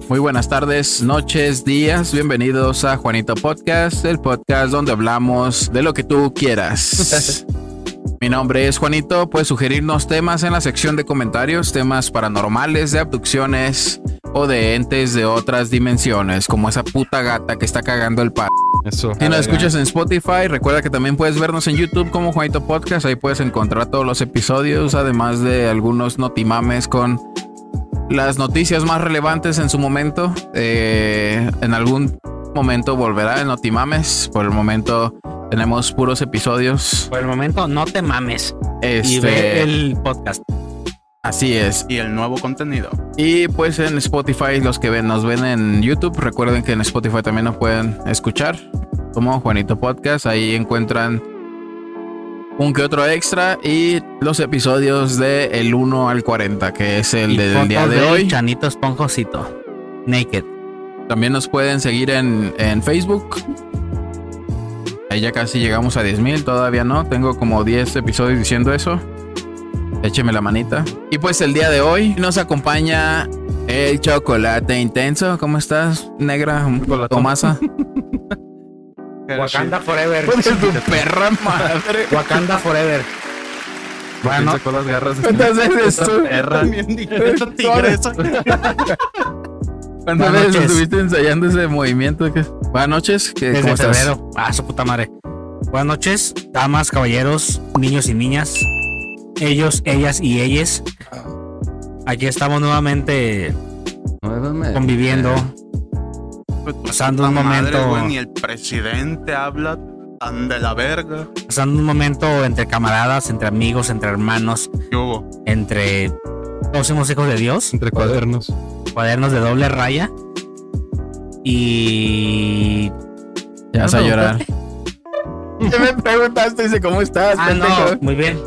Muy buenas tardes, noches, días. Bienvenidos a Juanito Podcast, el podcast donde hablamos de lo que tú quieras. Mi nombre es Juanito. Puedes sugerirnos temas en la sección de comentarios, temas paranormales, de abducciones o de entes de otras dimensiones, como esa puta gata que está cagando el pan. Eso. Si nos escuchas en Spotify, recuerda que también puedes vernos en YouTube como Juanito Podcast. Ahí puedes encontrar todos los episodios, además de algunos notimames con las noticias más relevantes en su momento. En algún momento volverá el Notimames. Por el momento tenemos puros episodios. Por el momento no te mames y ve el podcast. Así es. Y el nuevo contenido. Y pues en Spotify, los que nos ven en YouTube, recuerden que en Spotify también nos pueden escuchar como Juanito Podcast. Ahí encuentran un que otro extra y los episodios de el 1 al 40, que es el del día de hoy. Chanito Esponjosito Naked. También nos pueden seguir en Facebook. Ahí ya casi llegamos a 10,000, todavía no. Tengo como 10 episodios diciendo eso. Écheme la manita. Y pues el día de hoy nos acompaña el Chocolate Intenso. ¿Cómo estás, negra? Tomasa. Wakanda Forever. Tu perra madre. Wakanda Forever. Bueno, sacó las garras. ¿Cuántas veces tú? Perra. Tigresa. ¿Cuántas veces estuviste ensayando ese movimiento? Buenas noches. ¿Cómo estás? Febrero. Su puta madre. Buenas noches, damas, caballeros, niños y niñas. Ellos, ellas y ellas. Aquí estamos nuevamente conviviendo. Pasando un momento. Madre, ni el presidente habla tan de la verga. Pasando un momento entre camaradas, entre amigos, entre hermanos. ¿Qué hubo? Entre todos somos hijos de Dios. Entre cuadernos. Cuadernos de doble raya. Y ya vas a llorar. ¿Qué me preguntaste? Dice, ¿cómo estás? No, muy bien.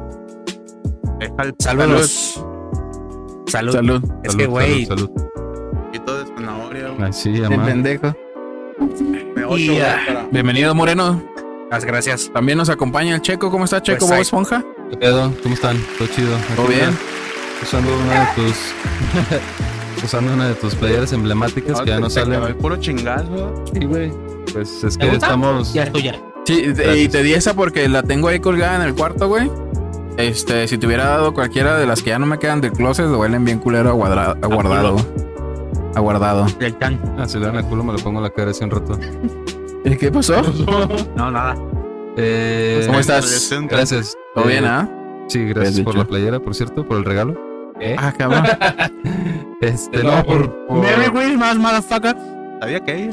Saludos. Salud. Es que, güey. Salud. De zanahoria, güey. Así, el pendejo. Bienvenido, Moreno. Gracias. También nos acompaña el Checo. ¿Cómo está, Checo? Pues Bob Esponja. ¿Qué pedo? ¿Cómo están? Todo chido. ¿Todo bien? Usando una de tus playeras emblemáticas que ya no salen. El puro chingazo. Sí, güey. Pues es que estamos. Ya es tuya. Sí, y te di esa porque la tengo ahí colgada en el cuarto, güey. Si te hubiera dado cualquiera de las que ya no me quedan del closet, huelen bien culero aguardado. El can. Si le dan el culo me lo pongo en la cara hace un rato. ¿Qué pasó? No, nada. ¿Cómo estás? Gracias. ¿Todo bien, Sí, gracias por la playera, por cierto, por el regalo. Cabrón. No, por... Merry Christmas, motherfucker. ¿Sabía que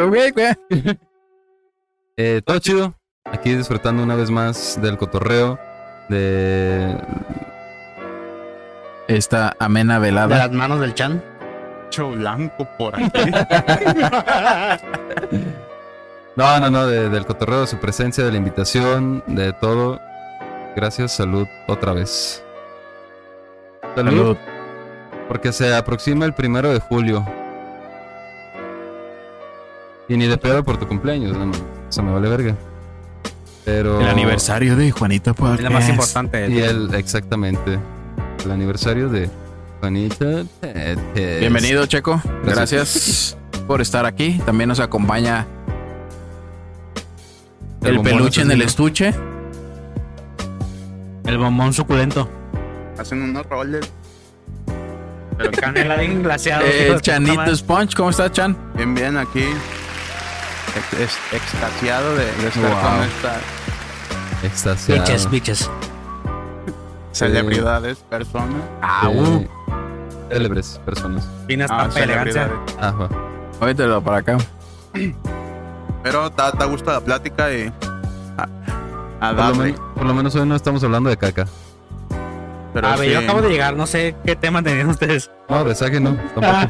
todo chido. Aquí disfrutando una vez más del cotorreo, de esta amena velada. De las manos del Chan. Blanco por aquí. No, del cotorreo, de su presencia, de la invitación, de todo. Gracias, salud otra vez. Salud. Porque se aproxima el 1 de julio. Y ni de pedo por tu cumpleaños, no, eso me vale verga. Pero el aniversario de Juanito Podcast. Es lo más importante. Y exactamente. El aniversario de Juanito. Bienvenido, Checo. Gracias por estar aquí. También nos acompaña el peluche en el estuche. El bombón suculento. Hacen unos roles. El caneladín glaseado. El Chanito Sponge. ¿Cómo estás, Chan? Bien, aquí. Extasiado de estar con esta. Extasiado. Bitches. Celebridades, personas. Célebres personas. Finas para elegancia. Óyetelo para acá. Pero está a gusto la plática y por lo menos hoy no estamos hablando de caca. Pero yo acabo de llegar, no sé qué tema tenían ustedes. No, besaje no, tampoco.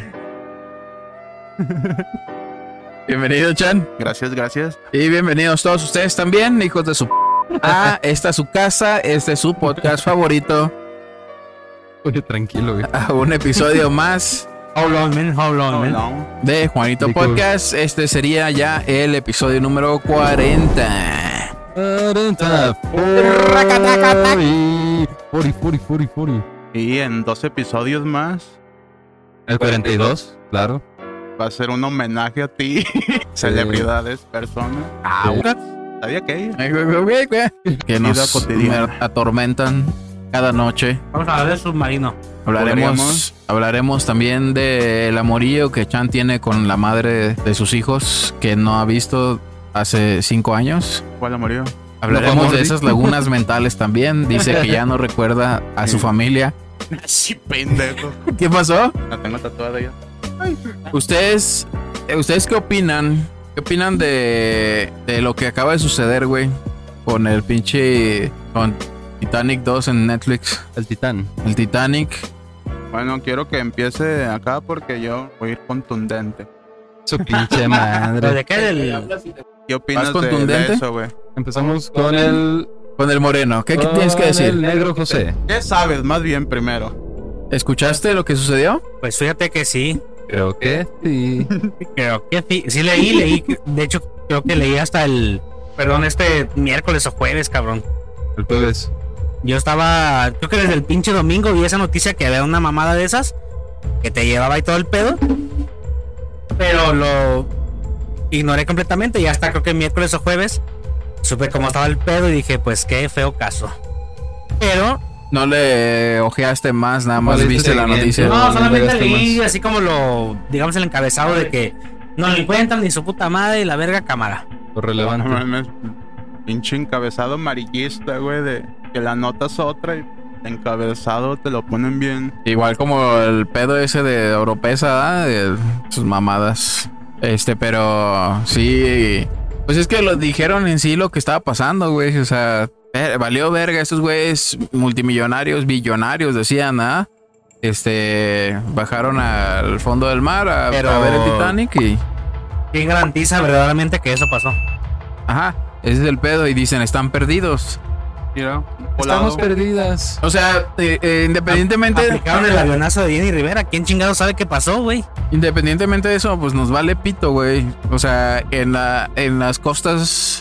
Bienvenido, Chan. Gracias. Y bienvenidos todos ustedes también, hijos de su esta es su casa, este es su podcast favorito. Oye, tranquilo, güey. A un episodio más. How long, man? De Juanito Podcast. Este sería ya el episodio número 40. 40. Y en 2 episodios más El 42, claro. Va a ser un homenaje a ti. Celebridades, personas. ¿Sabía que Que nos atormentan cada noche. Vamos a hablar del submarino. Hablaremos también del amorío que Chan tiene con la madre de sus hijos que no ha visto hace 5 años. ¿Cuál amorío? Hablaremos de esas lagunas mentales también. Dice que ya no recuerda a su familia. Sí, pendejo. ¿Qué pasó? La tengo tatuada ya. ¿Ustedes qué opinan? ¿Qué opinan de lo que acaba de suceder, güey? Con el pinche... Con Titanic 2 en Netflix. El Titanic. Bueno, quiero que empiece acá porque yo voy a ir contundente. Su pinche madre. ¿De qué? ¿Qué opinas contundente? de eso, güey? Empezamos con el moreno. ¿Qué tienes que decir? El negro José. ¿Qué sabes más bien primero? ¿Escuchaste lo que sucedió? Pues fíjate que sí. Creo que sí. Creo que sí. Sí leí. De hecho, creo que leí hasta este miércoles o jueves, cabrón. El jueves. Yo estaba, creo que desde el pinche domingo vi esa noticia que había una mamada de esas que te llevaba y todo el pedo. Pero lo ignoré completamente y hasta creo que miércoles o jueves supe cómo estaba el pedo y dije, pues qué feo caso. Pero no le ojeaste más, nada más viste la noticia. No, solamente leí así como digamos el encabezado de que no lo encuentran ni su puta madre y la verga cámara. Lo relevante. Pinche encabezado amarillista, güey, de que la nota es otra y el encabezado te lo ponen bien. Igual como el pedo ese de Oropesa, ¿verdad? De sus mamadas. Pero sí, pues es que lo dijeron en sí lo que estaba pasando, güey. O sea, valió verga. Estos güeyes multimillonarios, billonarios, decían, ¿ah? Bajaron al fondo del mar a ver el Titanic y... ¿Quién garantiza verdaderamente que eso pasó? Ajá, ese es el pedo y dicen, están perdidos. Mira, estamos perdidas. O sea, independientemente... Aplicaron el avionazo de Jenny Rivera. ¿Quién chingado sabe qué pasó, güey? Independientemente de eso, pues nos vale pito, güey. O sea, en las costas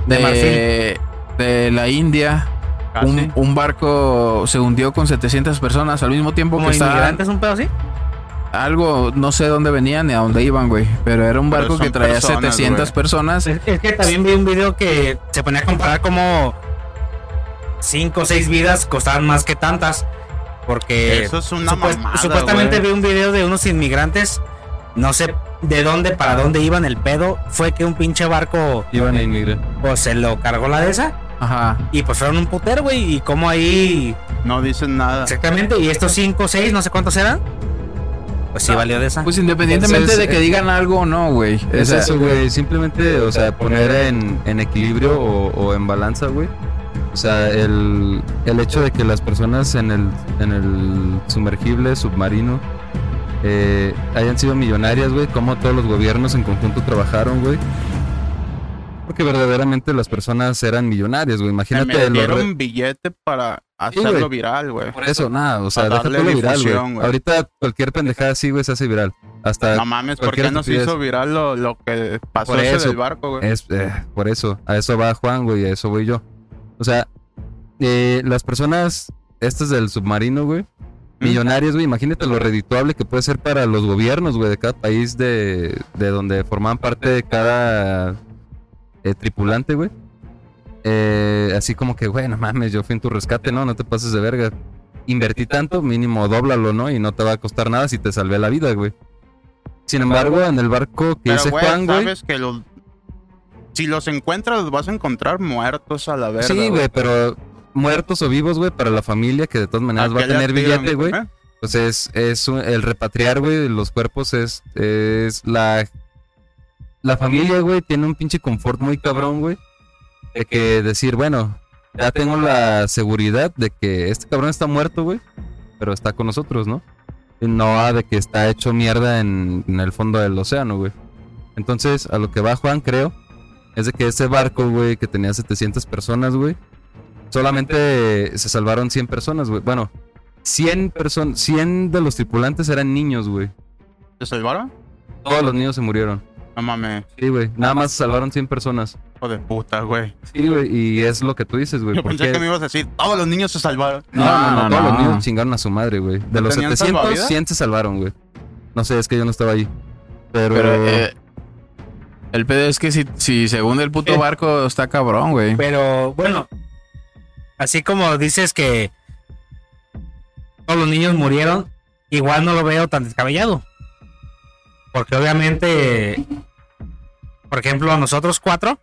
de la India, un barco se hundió con 700 personas al mismo tiempo que estaban... ¿Inmigrantes un pedo así? Algo, no sé dónde venían ni a dónde iban, güey. Pero era un barco que traía 700 personas. Es que también vi un video que se ponía a comparar como 5 o 6 vidas costaban más que tantas. Porque eso es una mamada, supuestamente vi un video de unos inmigrantes, no sé de dónde para dónde iban. El pedo fue que un pinche barco iban a inmigrar, pues se lo cargó la de esa. Ajá. Y pues fueron un putero, güey. Y como ahí no dicen nada. Exactamente. Y estos 5 o 6, no sé cuántos eran, pues sí valió de esa. Pues independientemente de que digan algo o no, güey. Es eso, güey. Simplemente, o sea, poner en equilibrio o en balanza, güey. O sea, el hecho de que las personas en el sumergible, submarino, hayan sido millonarias, güey. Como todos los gobiernos en conjunto trabajaron, güey. Porque verdaderamente las personas eran millonarias, güey. Imagínate. Me dieron un billete para hacerlo viral, güey. Por eso, nada, o sea, déjate lo viral, güey. Ahorita cualquier pendejada así, güey, se hace viral. Hasta no mames, ¿por qué no se hizo viral lo que pasó del barco, güey? Por eso, a eso va Juan, güey, a eso voy yo. O sea, las personas estas del submarino, güey, millonarias, güey, imagínate lo redituable que puede ser para los gobiernos, güey, de cada país de donde formaban parte de cada tripulante, güey. Así como que, güey, no mames, yo fui en tu rescate, no te pases de verga. Invertí tanto, mínimo dóblalo, ¿no? Y no te va a costar nada si te salvé la vida, güey. Sin embargo, en el barco que dice Juan, güey... sabes que si los encuentras, los vas a encontrar muertos a la verga. Sí, güey, pero muertos o vivos, güey, para la familia, que de todas maneras va a tener billete, güey. Pues es el repatriar, güey, los cuerpos es la familia, güey, tiene un pinche confort muy cabrón, güey. De que decir, bueno, ya tengo la seguridad de que este cabrón está muerto, güey, pero está con nosotros, ¿no? Y no de que está hecho mierda en el fondo del océano, güey. Entonces, a lo que va Juan, creo, es de que ese barco, güey, que tenía 700 personas, güey, solamente se salvaron 100 personas, güey. Bueno, 100 de los tripulantes eran niños, güey. ¿Se salvaron? Todos los niños se murieron. No mames. Sí, güey. Nada más se salvaron 100 personas. Hijo de puta, güey. Sí, güey. Y es lo que tú dices, güey. Yo pensé que me ibas a decir, todos los niños se salvaron. No. Todos los niños chingaron a su madre, güey. De los 700, 100 se salvaron, güey. No sé, es que yo no estaba ahí. Pero el pedo es que si según el puto barco está cabrón, güey. Pero bueno, así como dices que todos los niños murieron, igual no lo veo tan descabellado. Porque obviamente, por ejemplo, nosotros 4,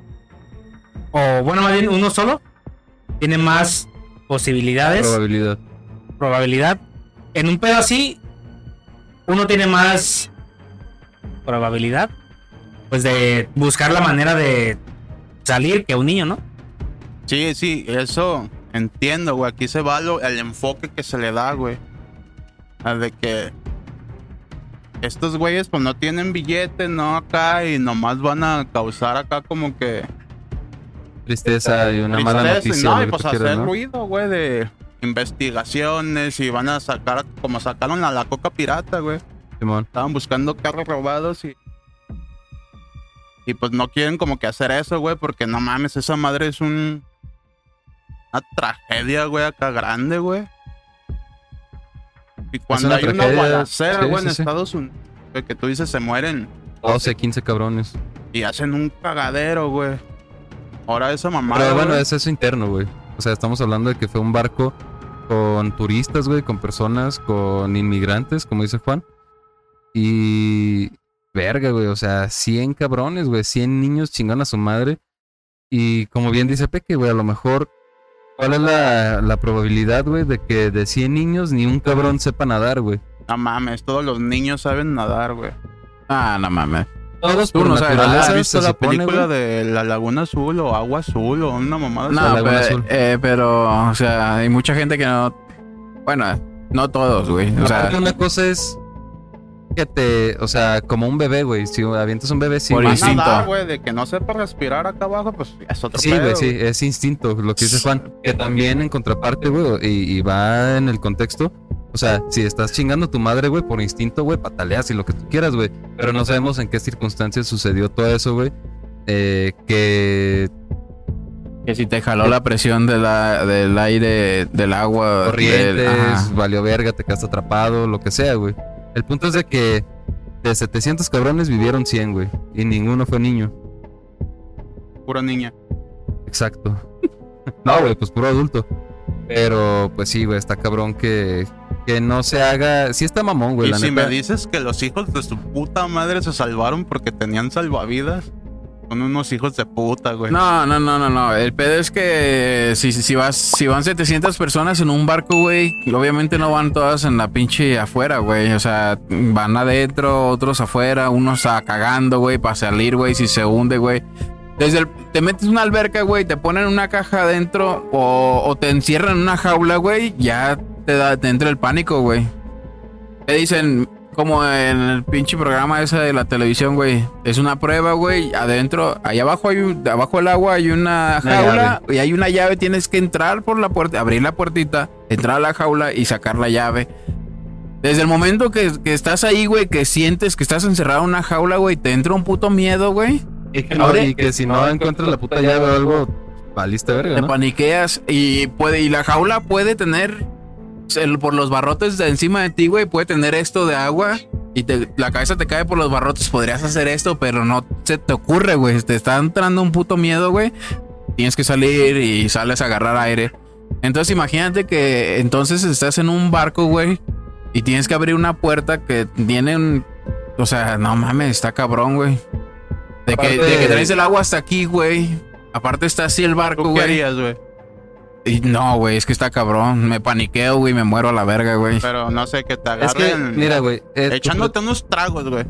o bueno, más bien uno solo, tiene más posibilidades. Probabilidad. En un pedo así, uno tiene más probabilidad, pues, de buscar la manera de salir que un niño, ¿no? Sí, eso entiendo, güey. Aquí se va el enfoque que se le da, güey. De que estos güeyes pues no tienen billete, ¿no? Acá y nomás van a causar acá como que tristeza y una mala noticia. No, y pues hacer ruido, güey, de investigaciones y van a sacar, como sacaron a la coca pirata, güey. Simón. Estaban buscando carros robados y pues no quieren como que hacer eso, güey, porque no mames, esa madre es una tragedia, güey, acá grande, güey. Y cuando hay una balacera, güey, en Estados Unidos, güey, que tú dices se mueren 12, 15 cabrones. Y hacen un cagadero, güey. Ahora esa mamada. Pero bueno, es eso interno, güey. O sea, estamos hablando de que fue un barco con turistas, güey, con personas, con inmigrantes, como dice Juan. Y verga, güey, o sea, 100 cabrones, güey, 100 niños chingan a su madre. Y como bien dice Peque, güey, a lo mejor, ¿cuál es la probabilidad, güey, de que de 100 niños ni un cabrón sepa nadar, güey? No mames, todos los niños saben nadar, güey. No mames. Todos por naturaleza. ¿Has visto la película de La Laguna Azul o Agua Azul o una mamada? No, pero, o sea, hay mucha gente que no... Bueno, no todos, güey. O sea, una cosa es que o sea, como un bebé, güey. Si avientas un bebé, sí. Por instinto, güey, de que no sepa respirar acá abajo, pues es otro pedo. Sí, güey, sí, es instinto, lo que dice Juan. Que también en contraparte, güey, y va en el contexto. O sea, si estás chingando a tu madre, güey, por instinto, güey, pataleas y lo que tú quieras, güey. Pero no sabemos en qué circunstancias sucedió todo eso, güey. Que si te jaló la presión del aire, del agua. Corrientes, valió verga, te quedaste atrapado, lo que sea, güey. El punto es de que de 700 cabrones vivieron 100, güey. Y ninguno fue niño. Pura niña. Exacto. No, güey, pues puro adulto. Pero, pues sí, güey, está cabrón que no se haga... Sí está mamón, güey, y la si neta. Me dices que los hijos de su puta madre se salvaron porque tenían salvavidas, son unos hijos de puta, güey. No. El pedo es que si van 700 personas en un barco, güey, obviamente no van todas en la pinche afuera, güey. O sea, van adentro, otros afuera, unos cagando, güey, para salir, güey, si se hunde, güey. Te metes en una alberca, güey, te ponen una caja adentro o te encierran en una jaula, güey, ya te entra el pánico, güey. Te dicen, como en el pinche programa ese de la televisión, güey, es una prueba, güey, adentro, ahí abajo abajo del agua hay una jaula y hay una llave, tienes que entrar por la puerta, abrir la puertita, entrar a la jaula y sacar la llave. Desde el momento que estás ahí, güey, que sientes que estás encerrado en una jaula, güey, te entra un puto miedo, güey. Y que si no encuentras la puta llave o algo, valiste verga, ¿no? Te paniqueas y la jaula puede tener, por los barrotes de encima de ti, güey, puede tener esto de agua y la cabeza te cae por los barrotes. Podrías hacer esto, pero no se te ocurre, güey. Te está entrando un puto miedo, güey. Tienes que salir y sales a agarrar aire. Entonces imagínate que entonces estás en un barco, güey, y tienes que abrir una puerta que tiene o sea, no mames, está cabrón, güey. De que traes el agua hasta aquí, güey. Aparte está así el barco, güey. ¿Qué harías, güey? Y no, güey, es que está cabrón. Me paniqueo, güey, me muero a la verga, güey. Pero no sé, que te agarren. Es que, mira, güey. Echándote unos tragos, güey.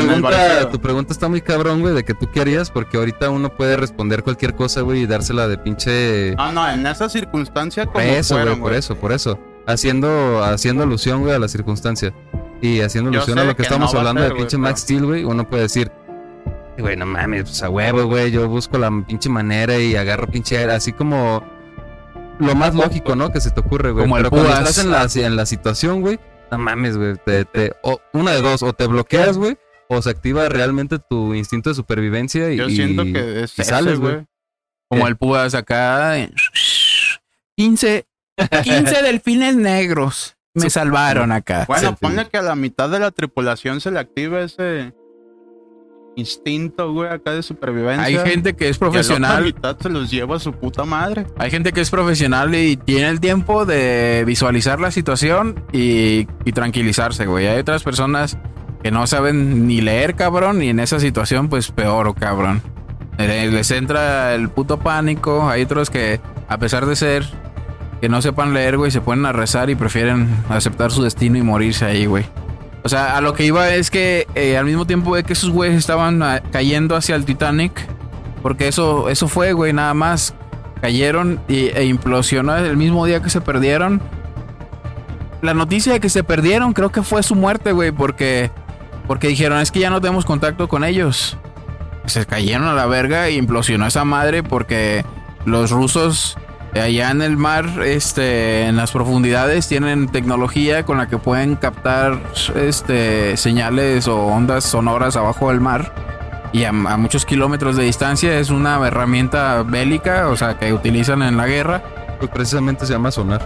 Tu pregunta está muy cabrón, güey, de que tú qué harías, porque ahorita uno puede responder cualquier cosa, güey, y dársela de pinche... No, en esa circunstancia como eso, güey, por eso. Haciendo alusión, güey, a la circunstancia. Y haciendo alusión a lo que estamos hablando de pinche Max Steel, güey, uno puede decir... Güey, no mames, pues a huevo, güey, yo busco la pinche manera y agarro pinche aire, así como lo más lógico, ¿no? Que se te ocurre, güey. Como pero cuando estás en la situación, güey, no mames, güey, una de dos, o te bloqueas, güey, o se activa realmente tu instinto de supervivencia y... Yo siento que es sales, güey. Como el Púas acá, 15 delfines negros. me salvaron acá. Bueno, ponle que a la mitad de la tripulación se le active ese instinto, güey, acá de supervivencia. Hay gente que es profesional. Y a la mitad se los lleva a su puta madre. Hay gente que es profesional y tiene el tiempo de visualizar la situación y tranquilizarse, güey. Hay otras personas que no saben ni leer, cabrón, y en esa situación, pues peor, cabrón. Les entra el puto pánico. Hay otros que, a pesar de ser que no sepan leer, güey, se ponen a rezar y prefieren aceptar su destino y morirse ahí, güey. O sea, a lo que iba es que al mismo tiempo de que esos güeyes estaban cayendo hacia el Titanic, porque eso fue, güey, nada más. Cayeron e implosionó el mismo día que se perdieron. La noticia de que se perdieron creo que fue su muerte, güey, porque dijeron, es que ya no tenemos contacto con ellos. Se cayeron a la verga e implosionó esa madre porque los rusos allá en el mar, en las profundidades, tienen tecnología con la que pueden captar señales o ondas sonoras abajo del mar y a muchos kilómetros de distancia. Es una herramienta bélica, o sea, que utilizan en la guerra. Pues precisamente se llama sonar.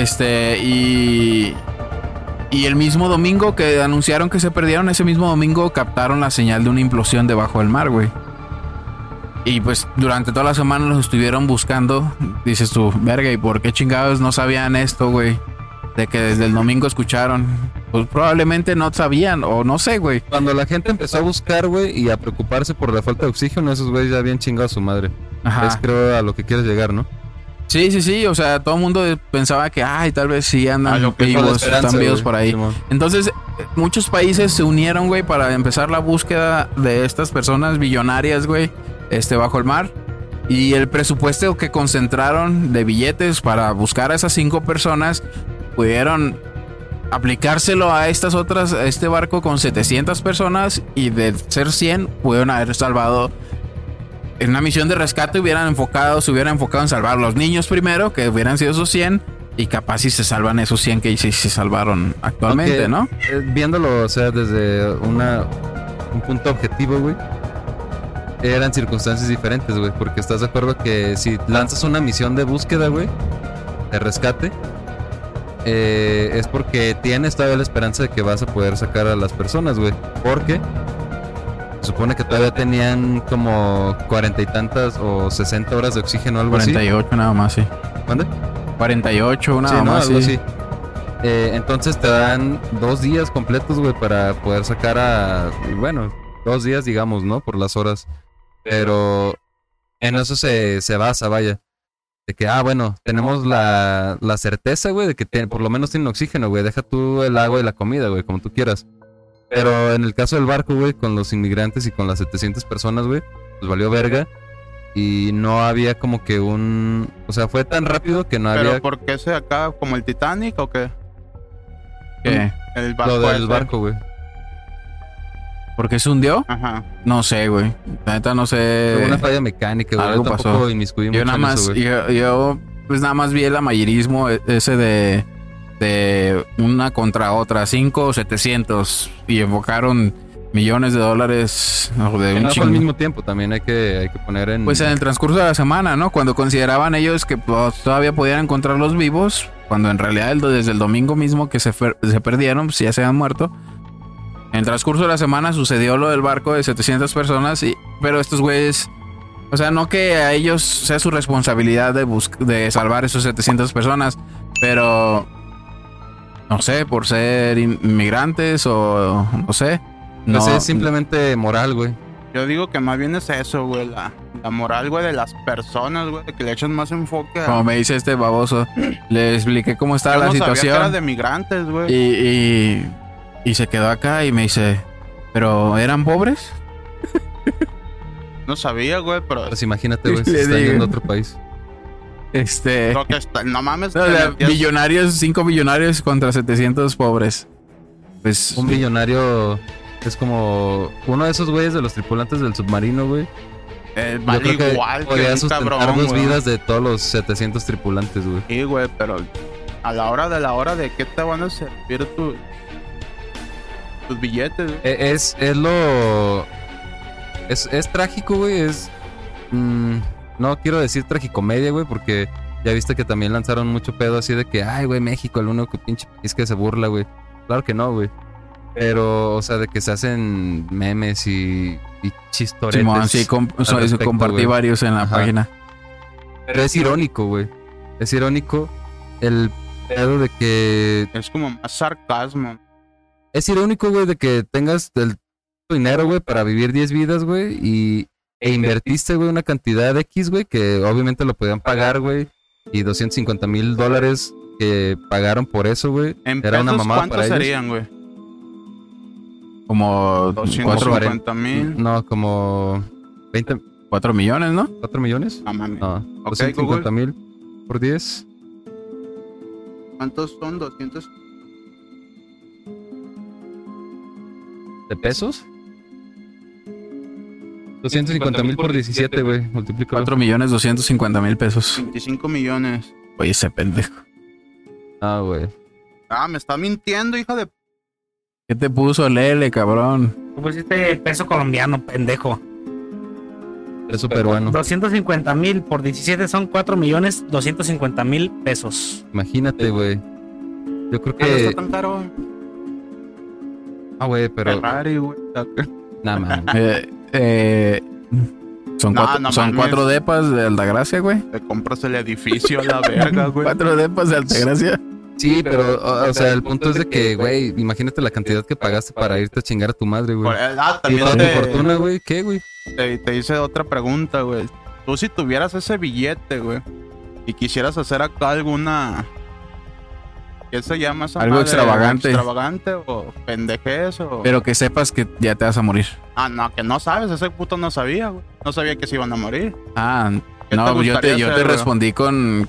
Y el mismo domingo que anunciaron que se perdieron, ese mismo domingo captaron la señal de una implosión debajo del mar, güey. Y pues durante toda la semana los estuvieron buscando. Dices tú, verga, ¿y por qué chingados no sabían esto, güey? De que desde el domingo escucharon. Pues probablemente no sabían, o no sé, güey. Cuando la gente empezó a buscar, güey, y a preocuparse por la falta de oxígeno, esos güeyes ya habían chingado a su madre. Ajá. Es creo a lo que quieres llegar, ¿no? Sí, o sea, todo el mundo pensaba que, tal vez sí andan vivos, están vivos por ahí. Simón. Entonces, muchos países se unieron, güey, para empezar la búsqueda de estas personas billonarias, güey, bajo el mar. Y el presupuesto que concentraron de billetes para buscar a esas 5 personas, pudieron aplicárselo a estas otras, a este barco con 700 personas, y de ser 100, pudieron haber salvado. En una misión de rescate se hubieran enfocado en salvar a los niños primero, que hubieran sido esos 100, y capaz si se salvan esos 100 que sí se salvaron actualmente, ¿no? Viéndolo, o sea, desde un punto objetivo, güey, eran circunstancias diferentes, güey, porque estás de acuerdo que si lanzas una misión de búsqueda, güey, de rescate, es porque tienes todavía la esperanza de que vas a poder sacar a las personas, güey, porque se supone que todavía tenían como 40 y tantas o 60 horas de oxígeno, algo 48 así. Nada más, sí. ¿Dónde? 48 nada sí, más, algo sí. Así. Entonces te dan 2 días completos, güey, para poder sacar bueno, 2 días, digamos, ¿no? Por las horas. Pero en eso se basa, vaya. De que, bueno, tenemos la certeza, güey, de que por lo menos tienen oxígeno, güey. Deja tú el agua y la comida, güey, como tú quieras. Pero en el caso del barco, güey, con los inmigrantes y con las 700 personas, güey, pues valió verga. Y no había como que o sea, fue tan rápido que no había... ¿Pero por qué se acaba como el Titanic o qué? ¿Qué? El barco. Lo del barco, güey. ¿Por qué se hundió? Ajá. No sé, güey. La neta no sé. Fue una falla mecánica, güey. Algo pasó. Yo nada más, yo pues nada más vi el amarillismo ese de una contra otra, 5 o 700, y enfocaron millones de dólares de un chingo. Al mismo tiempo también hay que poner en... Pues en el transcurso de la semana, ¿no? Cuando consideraban ellos que todavía podían encontrarlos vivos, cuando en realidad desde el domingo mismo que se perdieron, pues ya se han muerto. En el transcurso de la semana sucedió lo del barco de 700 personas, pero estos güeyes... O sea, no que a ellos sea su responsabilidad de salvar esos 700 personas, pero... No sé, por ser inmigrantes o no sé. No sé, es simplemente moral, güey. Yo digo que más bien es eso, güey, la moral, güey, de las personas, güey, que le echan más enfoque a... Como me dice este baboso, le expliqué cómo estaba la situación. Sabía que era de migrantes, güey. Y se quedó acá y me dice, ¿pero eran pobres? No sabía, güey, pero... Pues imagínate, güey, si están yendo a otro país. No mames. No, 5 millonarios contra 700 pobres. Pues... Un millonario es como uno de esos güeyes de los tripulantes del submarino, güey. Vale igual que un cabrón, 2 vidas de todos los 700 tripulantes, güey. Sí, güey, pero a la hora de qué te van a servir tus billetes, güey. Es trágico, güey. No quiero decir tragicomedia, güey, porque Ya viste que también lanzaron mucho pedo así de que, ay, güey, México, el único pinche país que se burla, güey. Claro que no, güey. Pero, o sea, de que se hacen memes y chistoretes. Simón, sí, compartí güey. varios en la página. Pero es irónico, güey. Es irónico el pedo de que... Es como más sarcasmo. Es irónico, güey, de que tengas el dinero, güey, para vivir 10 vidas, güey, e invertiste, güey, una cantidad de X, güey, que obviamente lo podían pagar, güey, y $250,000 que pagaron por eso, güey. Era una mamada para ellos. ¿Cuántos serían, güey? Como 250,000. No, como 4 millones, ¿no? 4 millones. Ah, mami. No, okay, 250,000 por 10. ¿Cuántos son? 200 ¿de pesos? 250,000 por 17, güey. Multiplícalo. 4,250,000 pesos. 25 millones. Oye, ese pendejo. Ah, güey. Ah, me está mintiendo, hija de... ¿Qué te puso Lele, cabrón? Tú pusiste peso colombiano, pendejo. Peso peruano. 250,000 por 17 son 4,250,000 pesos. Imagínate, güey. Yo creo que... No está tan caro. Ah, güey, pero... Ferrari, güey. Nah, man. Son cuatro depas de Altagracia, güey. Te compras el edificio a la verga, güey. 4 depas de Altagracia. Sí, pero, o sea, el punto es de que, güey, imagínate la cantidad que pagaste para irte a chingar a tu madre, güey. También ¿Y tu fortuna, güey? ¿Qué, güey? Te hice otra pregunta, güey. Tú si tuvieras ese billete, güey, y quisieras hacer acá alguna... ¿Qué se llama esa algo madre? Extravagante. ¿Extravagante o pendejez o...? Pero que sepas que ya te vas a morir. Ah, no, que no sabes. Ese puto no sabía, güey. No sabía que se iban a morir. Ah, no, yo te respondí con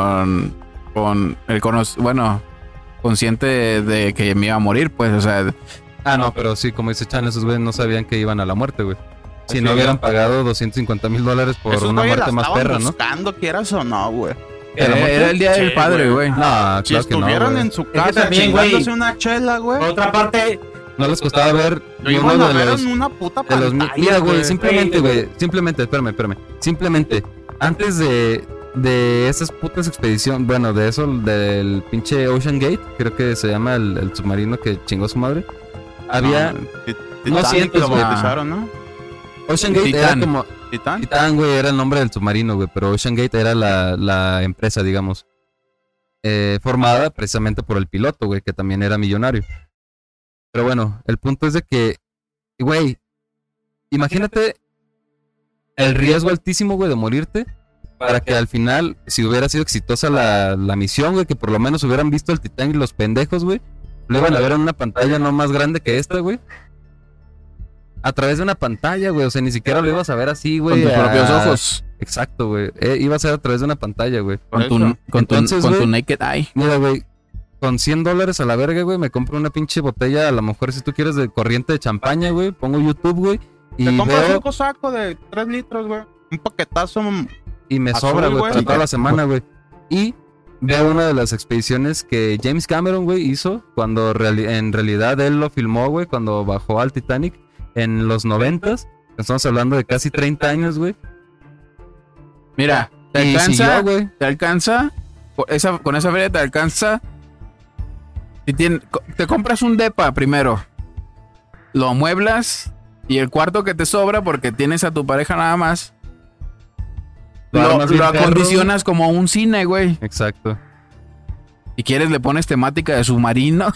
el consciente de que me iba a morir, pues, o sea... Ah, no, pero sí, como dice Chan, esos güeyes no sabían que iban a la muerte, güey. Si no hubieran pagado $250,000 por esos una muerte más perra, ¿no? buscando, quieras o no, güey. Era el día del padre, güey. No, claro si que estuvieran no, en su casa chingándose una chela, güey. Por otra parte, no les costaba ver iban a ver en una puta pantalla. Mira, güey, simplemente, espérame. Simplemente, antes de esas putas expediciones, bueno, de eso, del pinche Ocean Gate, creo que se llama el submarino que chingó a su madre. Había... No sientes, güey. ¿No? Ocean Gate era como... ¿Titán? Güey, era el nombre del submarino, güey, pero Ocean Gate era la empresa, digamos, formada precisamente por el piloto, güey, que también era millonario. Pero bueno, el punto es de que, güey, imagínate el riesgo altísimo, güey, de morirte para que al final, si hubiera sido exitosa la misión, güey, que por lo menos hubieran visto el Titán y los pendejos, güey, lo iban a ver en una pantalla no más grande que esta, güey. A través de una pantalla, güey. O sea, ni siquiera lo ibas a ver así, güey. Con tus propios ojos. Exacto, güey. Iba a ser a través de una pantalla, güey. Con tu naked eye. Mira, güey. Con $100 a la verga, güey, me compro una pinche botella, a lo mejor si tú quieres, de corriente de champaña, güey. Pongo YouTube, güey. Y te compras 5 sacos de 3 litros, güey. Un paquetazo. Y me sobra, güey, para toda la semana, güey. Y veo una de las expediciones que James Cameron, güey, hizo cuando en realidad él lo filmó, güey, cuando bajó al Titanic. En los 90s, estamos hablando de casi 30 años, güey. Mira, te alcanza, con esa feria te alcanza. Si te compras un depa primero, lo amueblas y el cuarto que te sobra porque tienes a tu pareja nada más, lo acondicionas como un cine, güey. Exacto. Si quieres le pones temática de submarino.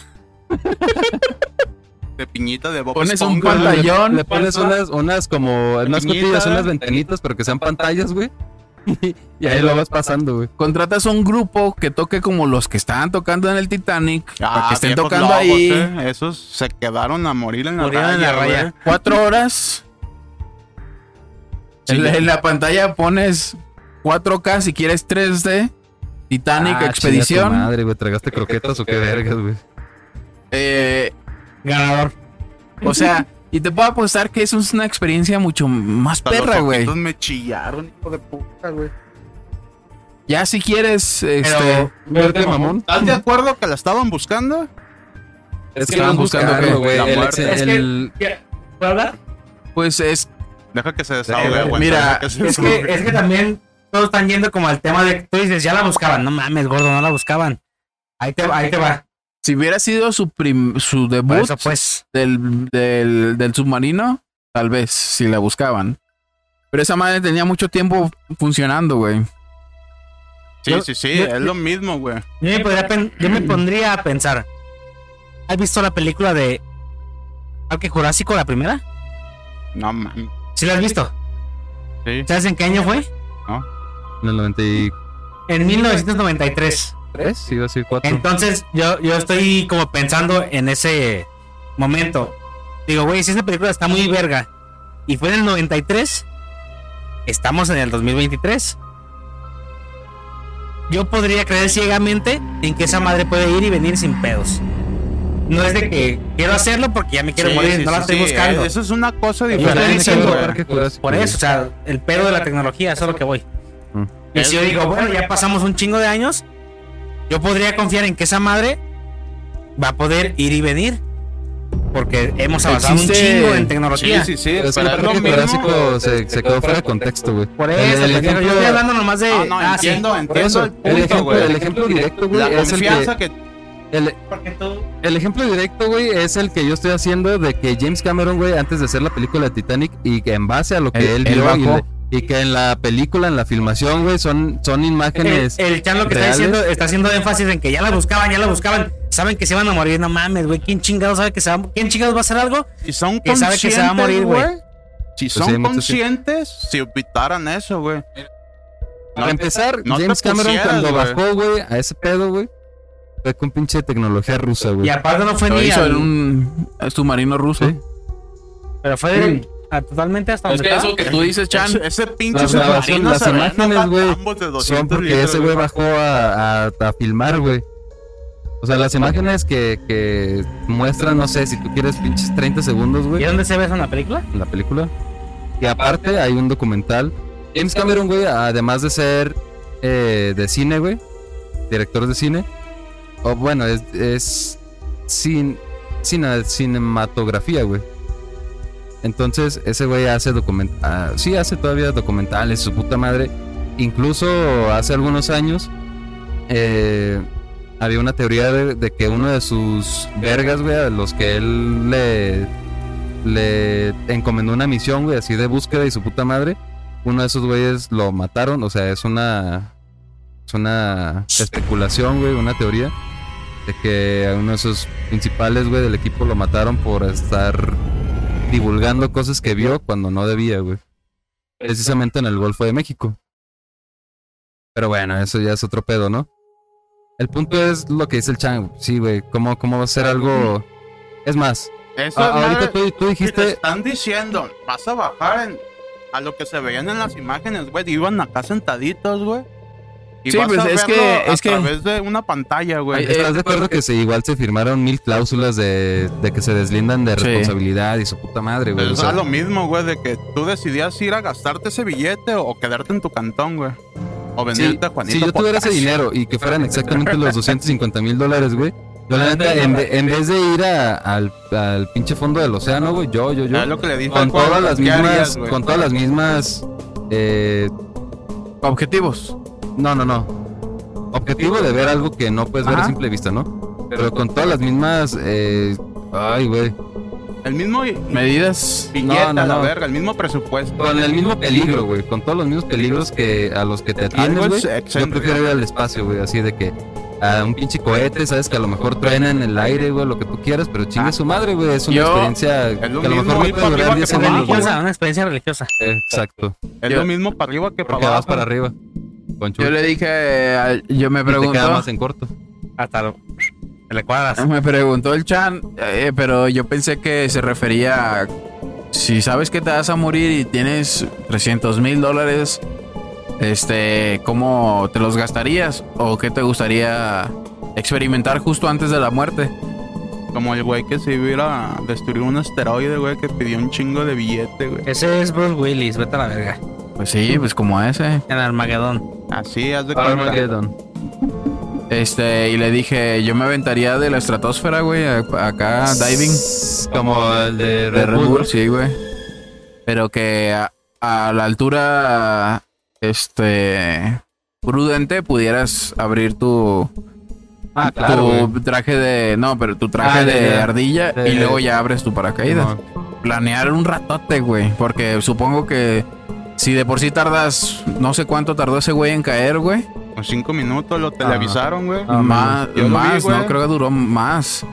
De piñita de Bob pones Esponja, un pantallón, le pones unas como unas cotillas, unas ventanitas, pero que sean pantallas, güey. Y ahí lo vas pasando, güey. Contratas a un grupo que toque como los que estaban tocando en el Titanic, para que estén tocando lobos, ahí. Esos se quedaron a morir en la raya. 4 horas. Sí, en la pantalla pones 4K si quieres 3D. Titanic Expedición. Madre, güey, ¿tragaste croquetas o qué vergas, güey? Ganador. O sea, y te puedo apostar que eso es una experiencia mucho más perra, güey. Me chillaron, hijo de puta, güey. Ya si quieres, verte, mamón. ¿Estás de acuerdo que la estaban buscando? Es que estaban buscando, güey. ¿Puedo hablar? Pues es... Deja que se desahogue, güey. Mira, es que también todos están yendo como al tema de que tú dices, ya la buscaban. No mames, gordo, no la buscaban. Ahí te va. Si hubiera sido su debut eso, pues. del submarino, tal vez, si la buscaban. Pero esa madre tenía mucho tiempo funcionando, güey. Sí, es lo mismo, güey. Yo me pondría a pensar. ¿Has visto la película de Parque Jurásico, la primera? No, man. ¿Sí la has visto? Sí. ¿Sabes en qué año fue? No. En el 90 y... En 1993. ¿3? Sí, iba a decir 4. Entonces, yo estoy como pensando en ese momento. Digo, güey, si esa película está muy verga y fue en el 93, estamos en el 2023. Yo podría creer ciegamente en que esa madre puede ir y venir sin pedos. No es de que quiero hacerlo porque ya me quiero morir, no la estoy buscando. Eso es una cosa Yo diferente. estoy diciendo, por eso, o sea, el pedo de la tecnología, eso es lo que voy. Y si yo digo, bueno, ya pasamos un chingo de años, yo podría confiar en que esa madre va a poder ir y venir. Porque hemos avanzado un chingo en tecnología. Sí. Pero es que el Parque Jurásico se quedó fuera de contexto, güey. Por eso, yo estoy hablando nomás de... Entiendo el ejemplo directo, güey, es el que... El ejemplo directo, güey, es el que yo estoy haciendo de que James Cameron, güey, antes de hacer la película de Titanic y que en base a lo que él vio y que en la película, en la filmación, güey, son imágenes. El Chan lo que está haciendo énfasis en que ya la buscaban. Saben que se van a morir, no mames, güey. ¿Quién chingados sabe quién chingados va a hacer algo? Si son que sabe que se va a morir, güey. Si son conscientes, si evitaran eso, güey. Para empezar, James Cameron cuando bajó, güey, a ese pedo, güey, fue con pinche tecnología rusa, güey. Y aparte no fue ni hizo en un submarino ruso. ¿Sí? Pero fue totalmente hasta donde está. Eso que tú dices, Chan. Ese pinche submarino. Las imágenes, güey, son porque ese güey bajó a filmar, güey. O sea, las imágenes que muestran, no sé, si tú quieres pinches 30 segundos, güey. ¿Y dónde se ve eso en la película? En la película. Y aparte hay un documental. James Cameron, güey, además de ser de cine, güey, director de cine, o bueno, es cinematografía, güey. Entonces, ese güey hace hace todavía documentales, su puta madre. Incluso hace algunos años había una teoría de que uno de sus vergas, güey, a los que él le encomendó una misión, güey, así de búsqueda y su puta madre, uno de esos güeyes lo mataron. O sea, es una especulación, güey, una teoría de que a uno de esos principales, güey, del equipo lo mataron por estar divulgando cosas que vio cuando no debía, güey. Precisamente en el Golfo de México. Pero bueno, eso ya es otro pedo, ¿no? El punto es lo que dice el Chan. Sí, güey, ¿cómo va a ser algo? Es más, ahorita tú dijiste... Te están diciendo, vas a bajar a lo que se veían en las imágenes, güey. Iban acá sentaditos, güey. Y sí, vas pues a es verlo que a través de una pantalla, güey. ¿Estás de acuerdo que igual se firmaron 1000 cláusulas de que se deslindan de responsabilidad y su puta madre, güey? Pero es lo mismo, güey, de que tú decidías ir a gastarte ese billete o quedarte en tu cantón, güey. O venirte a Juanito. Si yo tuviera ese dinero y que fueran exactamente los $250,000, güey, yo la neta, en vez de ir al pinche fondo del océano, güey, yo, lo que le dije con todas las mismas, objetivos. No. Objetivo de ver algo que no puedes ver a simple vista, ¿no? Pero con todas las mismas, ay, güey. El mismo medidas. Billete, la verga, el mismo presupuesto. Con el mismo peligro, güey. Con todos los mismos peligros a los que te atiendes, güey. Yo prefiero ir al espacio, güey. Así de que a un pinche cohete, sabes que a lo mejor truena en el aire, güey, lo que tú quieras, pero chingue su madre, güey. Es una experiencia que a lo mejor no puede durar 10 segundos. Una experiencia religiosa. Exacto. Es lo mismo para arriba que para abajo. abajo. Vas para arriba. Yo le dije, yo me pregunto. Te queda más en corto. Hasta le cuadras. Me preguntó el Chan, pero yo pensé que se refería a si sabes que te vas a morir y tienes $300,000, ¿cómo te los gastarías? ¿O qué te gustaría experimentar justo antes de la muerte? Como el güey que se iba a destruir un asteroide, güey, que pidió un chingo de billete, güey. Ese es Bruce Willis, vete a la verga. Pues sí, pues como ese. En Armageddon. Así, haz de cuenta. Armageddon. Y le dije, yo me aventaría de la estratosfera, güey, acá diving. Como el de Red Bull, sí, güey. Pero que a la altura prudente, pudieras abrir tu traje de... No, pero tu traje de ardilla y luego ya abres tu paracaídas. Planear un ratote, güey, porque supongo que si de por sí tardas... No sé cuánto tardó ese güey en caer, güey. Con 5 minutos lo televisaron, güey. Más, no, creo que duró más.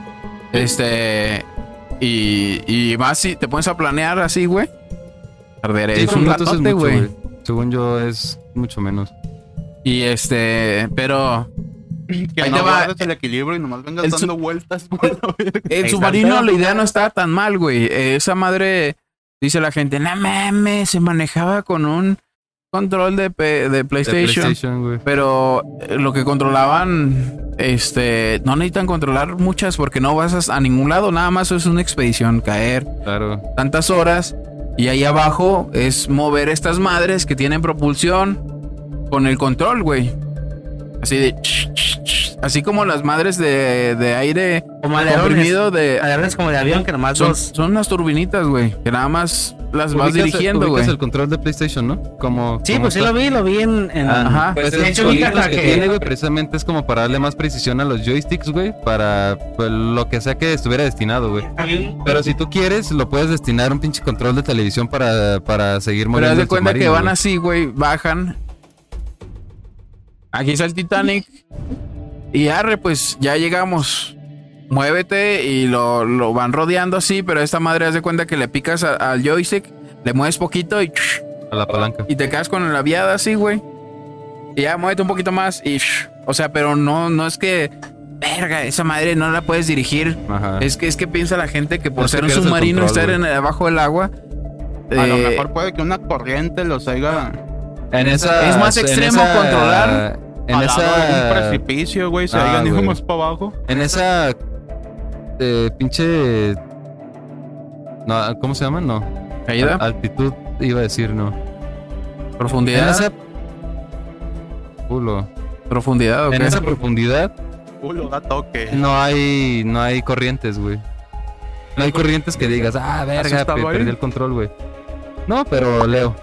Y más si te pones a planear así, güey. Tardaré un ratote, güey. Según yo es mucho menos. Y pero... Que ahí no guardes el equilibrio y nomás vengas dando vueltas. El submarino, la idea no estaba tan mal, güey. Esa madre, dice la gente, no mames, se manejaba con un control de PlayStation, pero lo que controlaban, no necesitan controlar muchas porque no vas a ningún lado, nada más es una expedición, caer tantas horas y ahí abajo es mover estas madres que tienen propulsión con el control, güey. Así de así como las madres de aire como comprimido de alerones como de avión que nomás son unas turbinitas, güey, que nada más las vas dirigiendo, güey. Es el control de PlayStation, ¿no? Sí, pues sí lo vi en ajá. Pues de hecho que tiene, güey, precisamente es como para darle más precisión a los joysticks, güey, para pues, lo que sea que estuviera destinado, güey. Pero si tú quieres, lo puedes destinar a un pinche control de televisión para seguir moviendo. Pero haz de cuenta que van así, güey, bajan. Aquí está el Titanic. Y arre, pues ya llegamos. Muévete y lo van rodeando así, pero esta madre haz de cuenta que le picas al joystick, le mueves poquito y a la palanca. Y te quedas con la viada así, güey. Y ya muévete un poquito más y o sea, pero no es que verga, esa madre no la puedes dirigir. Ajá. Es que piensa la gente que por ser un submarino estar abajo del agua. A lo mejor puede que una corriente los haya. Es más extremo controlar. En un precipicio, güey, se hayan ido más para abajo. En esa pinche... No, ¿cómo se llama? No. ¿Caída? Altitud, iba a decir, no. ¿Profundidad? En esa... Culo. ¿Profundidad o qué? En esa profundidad... Culo, da toque. No hay corrientes, güey. No hay corrientes que digas, verga, perdí el control, güey. No, pero Leo.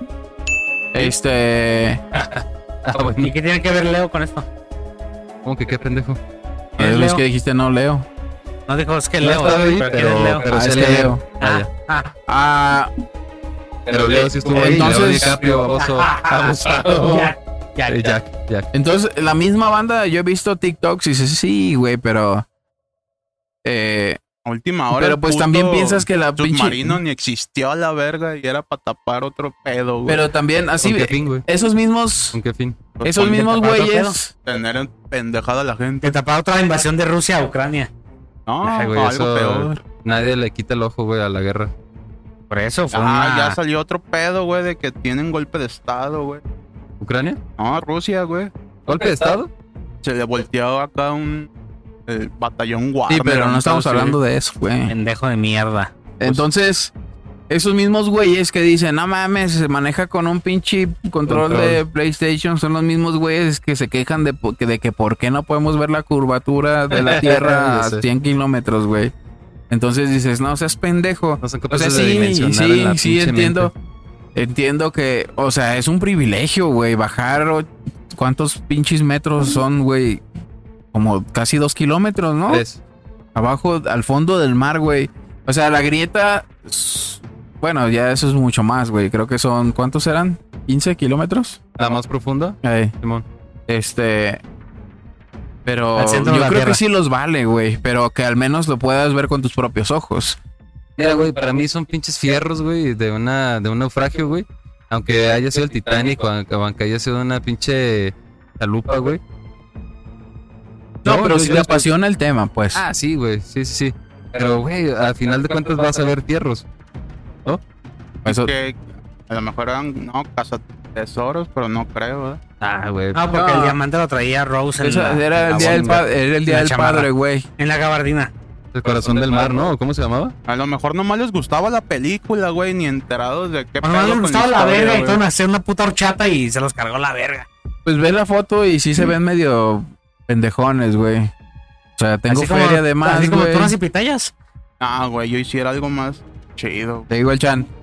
Bueno. ¿Y qué tiene que ver Leo con esto? ¿Cómo que qué pendejo? Es que dijiste no Leo. No dijo, es que Leo. Pero es que Leo. Pero Leo sí estuvo ahí. Entonces, Leo DiCaprio, abusado. Jack. Entonces, la misma banda, yo he visto TikToks y dices, sí, güey, pero... última hora. Pero pues también piensas que la submarino ni existió a la verga y era para tapar otro pedo, güey. Pero también así, ¿con qué fin, güey? Esos mismos... ¿Con qué fin? Esos mismos güeyes... Tener pendejada a la gente. Que tapar otra invasión de Rusia a Ucrania. No, güey, algo peor. Nadie le quita el ojo, güey, a la guerra. Por eso fue ya salió otro pedo, güey, de que tienen golpe de estado, güey. ¿Ucrania? No, Rusia, güey. ¿Golpe de estado? Se le volteó acá el batallón Warner. Sí, pero no estamos hablando de eso, güey. Pendejo de mierda. Entonces, esos mismos güeyes que dicen, no mames, se maneja con un pinche control de PlayStation, son los mismos güeyes que se quejan de que por qué no podemos ver la curvatura de la Tierra a 100 kilómetros, güey. Entonces dices, no seas pendejo. No son capaces de dimensionar sí, entiendo. Entiendo que, o sea, es un privilegio, güey, bajar. ¿Cuántos pinches metros son, güey? Como casi 2 kilómetros, ¿no? 3. Abajo, al fondo del mar, güey. O sea, la grieta... Bueno, ya eso es mucho más, güey. Creo que son... ¿Cuántos eran? ¿15 kilómetros? ¿La más profunda? Simón. Pero yo creo que sí los vale, güey. Pero que al menos lo puedas ver con tus propios ojos. Mira, güey, para mí son pinches fierros, güey, de un naufragio, güey. Aunque haya sido el Titanic o aunque haya sido una pinche chalupa, güey. No, pero si te apasiona el tema, pues. Sí, güey, sí. Pero, güey, al final de cuentas vas a ver fierros, ¿no? Eso... que a lo mejor eran, cazatesoros, pero no creo, ¿verdad? Güey. No, porque el diamante lo traía Rose era el día del padre, güey. En la gabardina. El corazón del mar, ¿no? ¿Cómo se llamaba? A lo mejor nomás les gustaba la película, güey, ni enterados de qué pedo. Nomás les gustaba la verga y todo, hacer una puta horchata y se los cargó la verga. Pues ve la foto y sí se ven medio pendejones, güey. O sea, tengo feria de más, güey. ¿Así como tunas y pitayas? Güey, yo hiciera algo más chido. Te digo el Chan.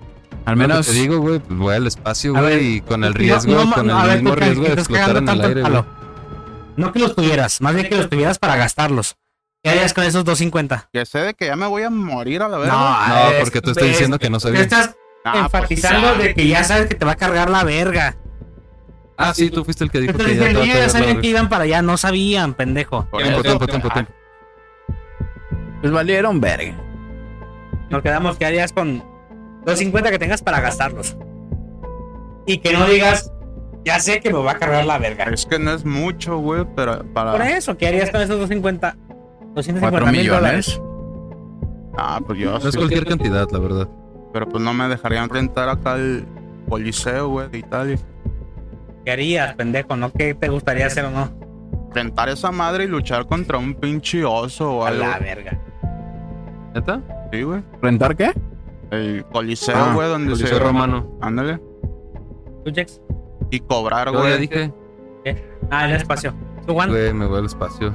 Al menos te digo, güey, pues voy al espacio, güey, y con el riesgo, con el mismo riesgo de explotar en el aire, güey. No que los tuvieras, más bien que los tuvieras para gastarlos. ¿Qué harías con esos 250? Que sé de que ya me voy a morir a la verga. No, porque tú estás diciendo que no sabía. Estás enfatizando de que ya sabes que te va a cargar la verga. Ah, sí, tú fuiste el que dijo que ya te ya sabían que iban para allá, no sabían, pendejo. Tiempo. pues valieron verga. Nos quedamos, ¿qué harías con 250 que tengas para gastarlos? Y que no digas, ya sé que me va a cargar la verga. Es que no es mucho, güey, pero para... Por eso, ¿qué harías con esos 250? 4 millones. Pues yo... No es cualquier cantidad, la verdad. Pero pues no me dejarían rentar acá el Coliseo, güey, de Italia. ¿Qué harías, pendejo? ¿No? ¿Qué te gustaría hacer o no? Rentar esa madre y luchar contra un pinche oso o algo. A la verga. ¿Neta? Sí, güey. ¿Rentar qué? El Coliseo, güey, donde Coliseo romano. Ándale. ¿Tú, Jex? Y cobrar, Yo güey. ya dije. ¿Qué? El espacio. ¿Tú, Juan? Güey, me voy al espacio.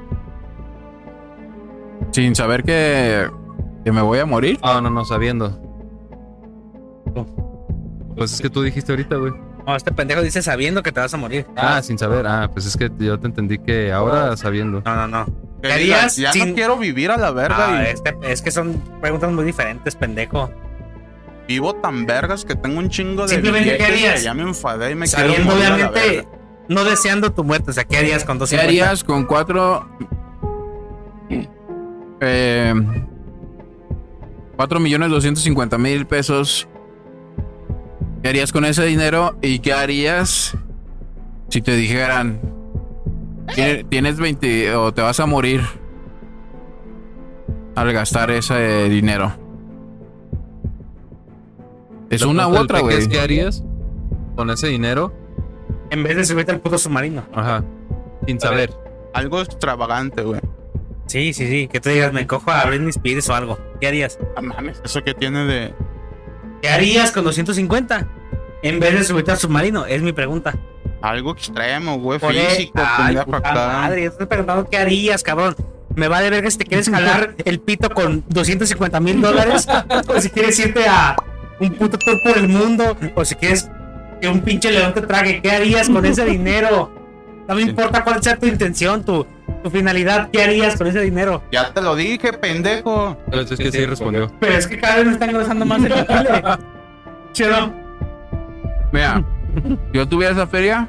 Sin saber que me voy a morir. No, sabiendo. Pues es que tú dijiste ahorita, güey. No, este pendejo dice sabiendo que te vas a morir. Sin saber. Pues es que yo te entendí que ahora sabiendo. No. Que ¿Qué digas, harías ya sin- no quiero vivir a la verga Es que son preguntas muy diferentes, pendejo. y vivo tan vergas que tengo un chingo de Simplemente, ¿qué billetes harías? que ya me enfadé y me quiero Sabiendo, morir a la obviamente, verga. no deseando tu muerte. O sea, ¿qué harías con ¿Qué 250? harías con 4.250.000 pesos? ¿Qué harías con ese dinero? ¿Y qué harías si te dijeran tienes 20 o te vas a morir al gastar ese dinero? Es una u otra, güey. ¿Qué harías con ese dinero? En vez de subirte al puto submarino. Ajá. Sin saber. Algo extravagante, güey. Sí. Que tú digas, me cojo a Britney Spears o algo. ¿Qué harías? No mames, eso que tiene de... ¿Qué harías con 250? En vez de subirte al submarino, es mi pregunta. Algo extremo, güey, Por físico. Ay, pendejo puta acá. madre, yo estoy preguntando qué harías, cabrón. Me vale ver que si te quieres jalar el pito con $250,000, o si quieres irte a un puto tour por el mundo, o si quieres que un pinche león te trague. ¿Qué harías con ese dinero? No me importa cuál sea tu intención, tu finalidad. ¿Qué harías con ese dinero? Ya te lo dije, pendejo. Entonces es que sí respondió. Pero es que cada vez me están engrosando más el chile. ¿Sí o no? Mira, yo tuviera esa feria,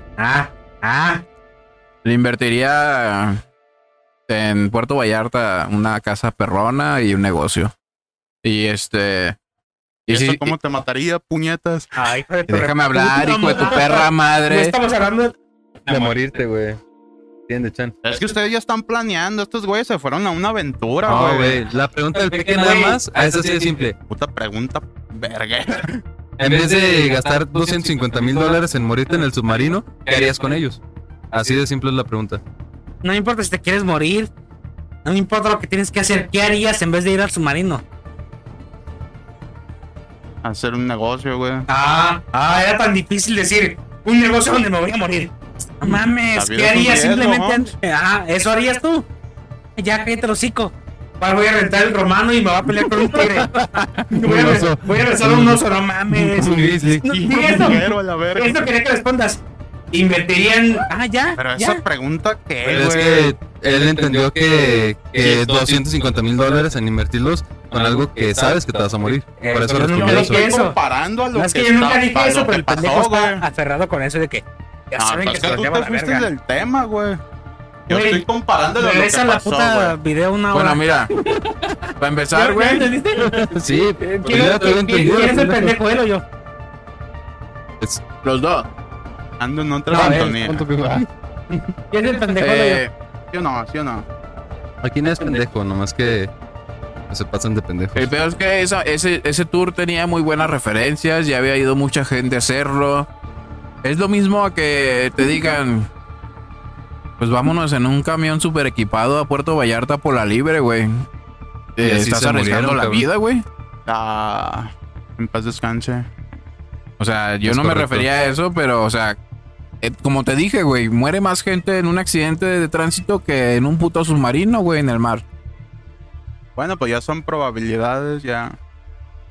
le invertiría en Puerto Vallarta una casa perrona y un negocio. Y ¿Y eso sí, cómo te mataría, puñetas? Ay, hijo de tu déjame hablar, puta hijo de tu madre. perra No madre. estamos hablando De morirte, güey. Entiende, Chan. Es que ustedes ya están planeando. Estos güeyes se fueron a una aventura, No, güey. güey. La pregunta del peque nada más, esa sí es simple. Puta pregunta, verga. En vez de gastar $250,000 en morirte en el submarino, ¿qué harías con ellos? Así de simple es la pregunta. No me importa si te quieres morir. No me importa lo que tienes que hacer. ¿Qué harías en vez de ir al submarino? Hacer un negocio, güey. Era tan difícil decir un negocio donde me voy a morir. No mames, La vida ¿qué es un harías riesgo, simplemente? Eso harías tú. Ya cállate el hocico. Voy a rentar el romano y me voy a pelear con un tigre. Voy a rezar a un oso, no mames. No, di eso. Dinero a la verga. Esto quería que respondas. Invertirían. Ya. Pero ya. esa pregunta, ¿qué, Pero es güey? que él entendió que $250,000 en invertirlos con algo que sabes que te vas a morir. Por eso yo nunca respondió dije eso. eso. Comparando a lo No, es que que yo nunca está- dije a eso, lo pero que el pendejo pasó, está güey. aferrado con eso de que ya saben Pues que se que los tú lleva te la fuiste verga. del tema, güey. Yo Güey, estoy comparando lo que regresa la pasó, puta güey. video una hora. Bueno, mira, para empezar, ¿Ya güey, entendiste? Sí, ¿Quién ya te había entendido. es el pendejo, él o yo? los dos. Ando en otra A ver, sintonía. ¿Quién es el pendejo o yo? ¿Sí o no? ¿Sí o no? Aquí no es pendejo, nomás que se pasan de pendejos. El peor es que ese tour tenía muy buenas referencias, ya había ido mucha gente a hacerlo. Es lo mismo a que te digan, pues vámonos en un camión super equipado a Puerto Vallarta por la libre, güey. Y así Estás se arriesgando murieron, la cabrón. vida, güey. En paz descanse. O sea, yo Es no me correcto. refería a eso, pero, o sea, como te dije, güey, muere más gente en un accidente de tránsito que en un puto submarino, güey, en el mar. Bueno, pues ya son probabilidades, ya.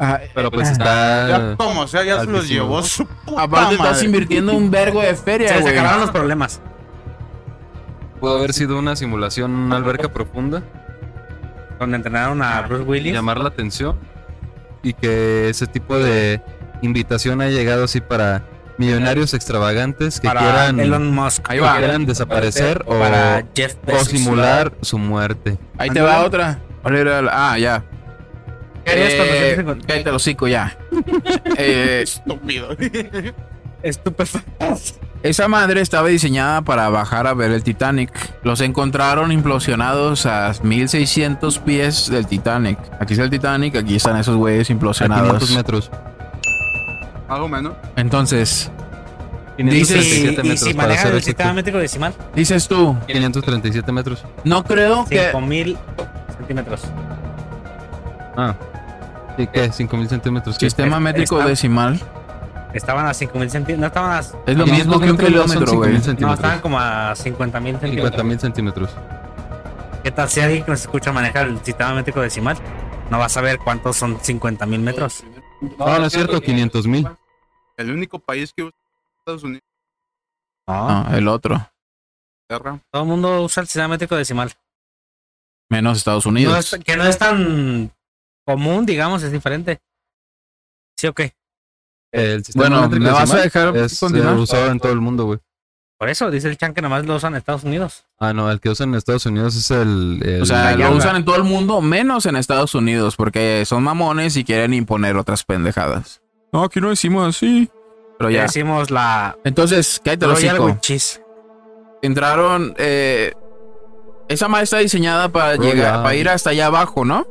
Pero pues está... Ya como sea, ya se los llevó su puta Aparte madre. estás invirtiendo un vergo de feria, Se güey. acabaron los problemas. Pudo haber sido una simulación, una alberca profunda, Donde entrenaron a Bruce Willis. llamar la atención y que ese tipo de invitación haya llegado así para millonarios extravagantes que para quieran, Elon Musk. Ahí va. quieran desaparecer o, Para Jeff o Bezos. simular su muerte. Ahí te va otra. ¿Cuál era la- ya. ¿Qué harías cuando se empiece con- Cállate el hocico ya. Estúpido. Estupefacto. Esa madre estaba diseñada para bajar a ver el Titanic. Los encontraron implosionados a 1600 pies del Titanic. Aquí está el Titanic, aquí están esos güeyes A 500 implosionados. metros. Algo menos. Entonces, 537 Y metros si para manejan ser el sistema exacto. métrico decimal, dices tú, 537 metros. no creo que... 5000 centímetros. Ah. ¿Y qué? 5000 centímetros. ¿Qué? Sistema métrico está- decimal Estaban a 5000 centímetros. No estaban a. es lo 500 mismo que un metros no son kilómetro, 5000 güey. No, centímetros. estaban como a 50,000 centímetros. 50,000 centímetros. ¿Qué tal si alguien que nos escucha maneja el sistema métrico decimal? No va a saber cuántos son 50,000 metros. No, no es cierto, 500,000. El único país que usa Estados Unidos. No, No, el otro. Tierra. todo el mundo usa el sistema métrico decimal. Menos Estados No Unidos. es- que no es tan común, digamos, es diferente. ¿Sí o qué? El sistema Bueno, métrico ¿me vas a decimal dejar es continuar? usado en todo el mundo, güey. Por eso dice el Chan que nomás lo usan en Estados Unidos. Ah, no, el que usan en Estados Unidos es el O sea, la lo yarda. usan en todo el mundo, menos en Estados Unidos, porque son mamones y quieren imponer otras pendejadas. No, aquí no decimos así. Pero Ya ya. decimos la Entonces, cállate el Royal hocico. with cheese. Entraron. Esa madre está diseñada para Royal. llegar, para ir hasta allá abajo, ¿no?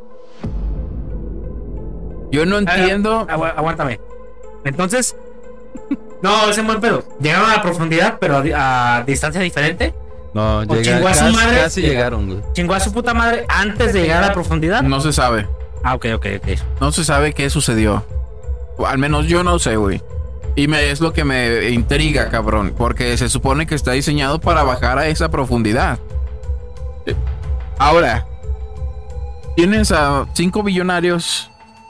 Yo no entiendo. Aguántame. Entonces, no, ese buen pedo. Llegaron a la profundidad, pero a distancia diferente. No, chingó a su casi, madre. casi llegaron, güey. Chingó a su puta madre antes de llegar a la profundidad. No se sabe. Ah, ok. No se sabe qué sucedió. O al menos yo no sé, güey. Y es lo que me intriga, cabrón. Porque se supone que está diseñado para bajar a esa profundidad. Ahora, tienes a 5 billonarios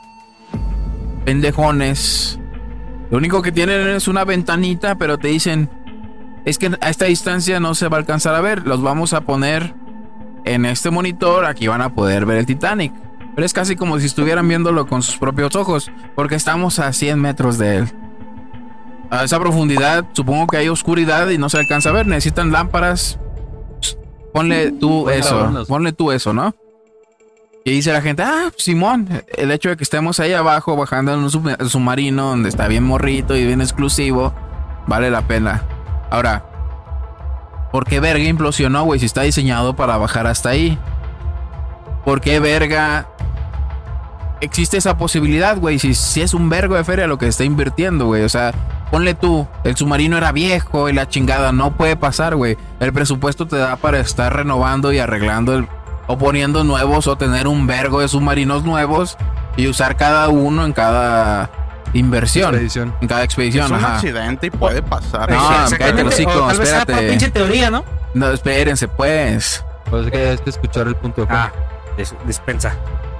pendejones. Lo único que tienen es una ventanita, pero te dicen, es que a esta distancia no se va a alcanzar a ver. Los vamos a poner en este monitor. Aquí van a poder ver el Titanic. Pero es casi como si estuvieran viéndolo con sus propios ojos, porque estamos a 100 metros de él. A esa profundidad supongo que hay oscuridad y no se alcanza a ver. Necesitan lámparas. Ponle tú eso, ¿no? Y dice la gente, Simón, el hecho de que estemos ahí abajo bajando en un submarino donde está bien morrito y bien exclusivo, vale la pena. Ahora, ¿por qué verga implosionó, güey? Si está diseñado para bajar hasta ahí. ¿Por qué verga existe esa posibilidad, güey? Si es un vergo de feria lo que está invirtiendo, güey. O sea, ponle tú, el submarino era viejo y la chingada no puede pasar, güey. El presupuesto te da para estar renovando y arreglando o poniendo nuevos o tener un vergo de submarinos nuevos y usar cada uno en cada inversión. Expedición. En cada expedición, Es un ajá. accidente y puede pasar. No, Exactamente. cállate el hocico, O tal vez sea espérate. pura pinche teoría, ¿no? No, espérense, pues. Pues es que hay que escuchar el punto de Juan. Dispensa.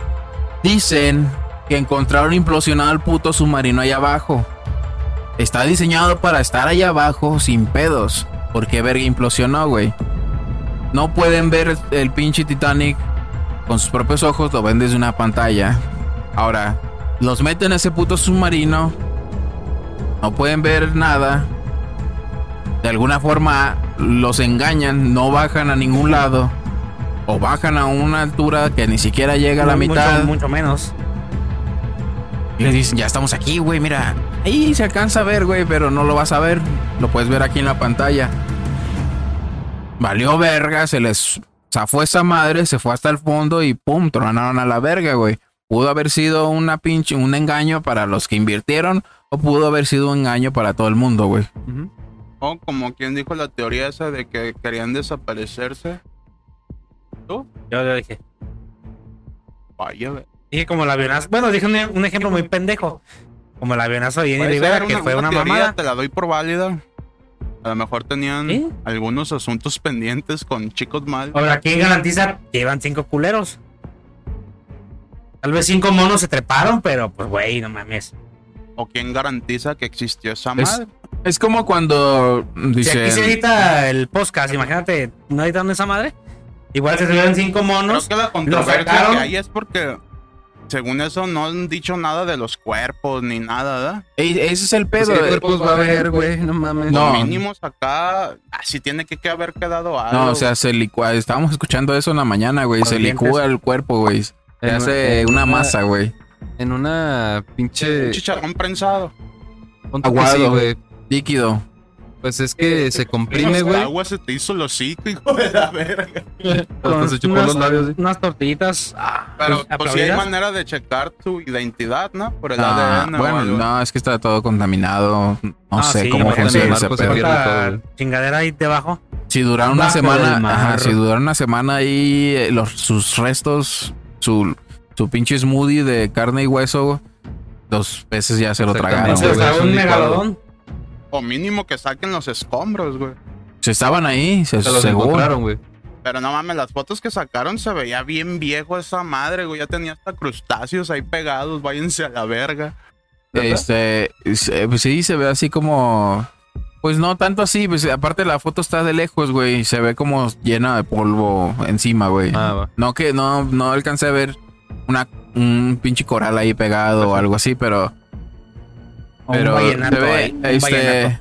Dicen que encontraron implosionado el puto submarino allá abajo. Está diseñado para estar allá abajo sin pedos. ¿Por qué verga implosionó, güey? No pueden ver el pinche Titanic con sus propios ojos, lo ven desde una pantalla. Ahora, los meten a ese puto submarino. No pueden ver nada. De alguna forma los engañan, no bajan a ningún lado. O bajan a una altura que ni siquiera llega a la mitad. Mucho menos. Y les dicen, ya estamos aquí, güey, mira. Ahí se alcanza a ver, güey, pero no lo vas a ver. Lo puedes ver aquí en la pantalla. Valió verga, se les zafó esa madre, se fue hasta el fondo y pum, tronaron a la verga, güey. Pudo haber sido un engaño para los que invirtieron o pudo haber sido un engaño para todo el mundo, güey. O como quien dijo la teoría esa de que querían desaparecerse. ¿Tú? Yo le dije. Vaya, güey. Dije como el avionazo. Bueno, dije un ejemplo muy pendejo. Como el avionazo de Jenny Puede Rivera, ser que fue una teoría, mamada. te la doy por válida. A lo mejor tenían ¿Sí? algunos asuntos pendientes con chicos mal. Ahora, ¿quién garantiza que llevan 5 culeros? Tal vez 5 monos se treparon, pero pues, güey, no mames. ¿O quién garantiza que existió esa madre? Es como cuando dicen... Si aquí se edita el podcast, imagínate, ¿no editaron esa madre? Igual se subieron 5 monos. Creo que la controversia que hay es porque, según eso, no han dicho nada de los cuerpos ni nada, ¿verdad? Ese es el pedo. ¿Qué cuerpos va a haber, güey? No mames. No. Mínimos acá, así tiene que haber quedado algo. No, o sea, se licúa. Estábamos escuchando eso en la mañana, güey. Se licúa el cuerpo, güey. Se hace una masa, güey. En una pinche... Un chicharrón prensado. Aguado, güey. Líquido. Pues es que se comprime, güey. Agua se te hizo los hocico, hijo de la verga. Hasta se chupó los labios, ¿sí? Unas tortillitas. Pero pues sí hay manera de checar tu identidad, ¿no? Por el ADN. Bueno, no, es que está todo contaminado. No sé sí, cómo funciona ese pedo. La chingadera ahí debajo. Si duraron una semana, si duraron una semana ahí, sus restos, su pinche smoothie de carne y hueso, los peces ya se lo tragaron. Se tragó un megalodón. O mínimo que saquen los escombros, güey. Se estaban ahí, se los encontraron, güey. Pero no mames, las fotos que sacaron se veía bien viejo esa madre, güey. Ya tenía hasta crustáceos ahí pegados, váyanse a la verga. Pues sí, se ve así como... Pues no tanto así, pues aparte la foto está de lejos, güey. Se ve como llena de polvo encima, güey. No que no alcancé a ver un pinche coral ahí pegado o algo así, pero vallenato, se ve,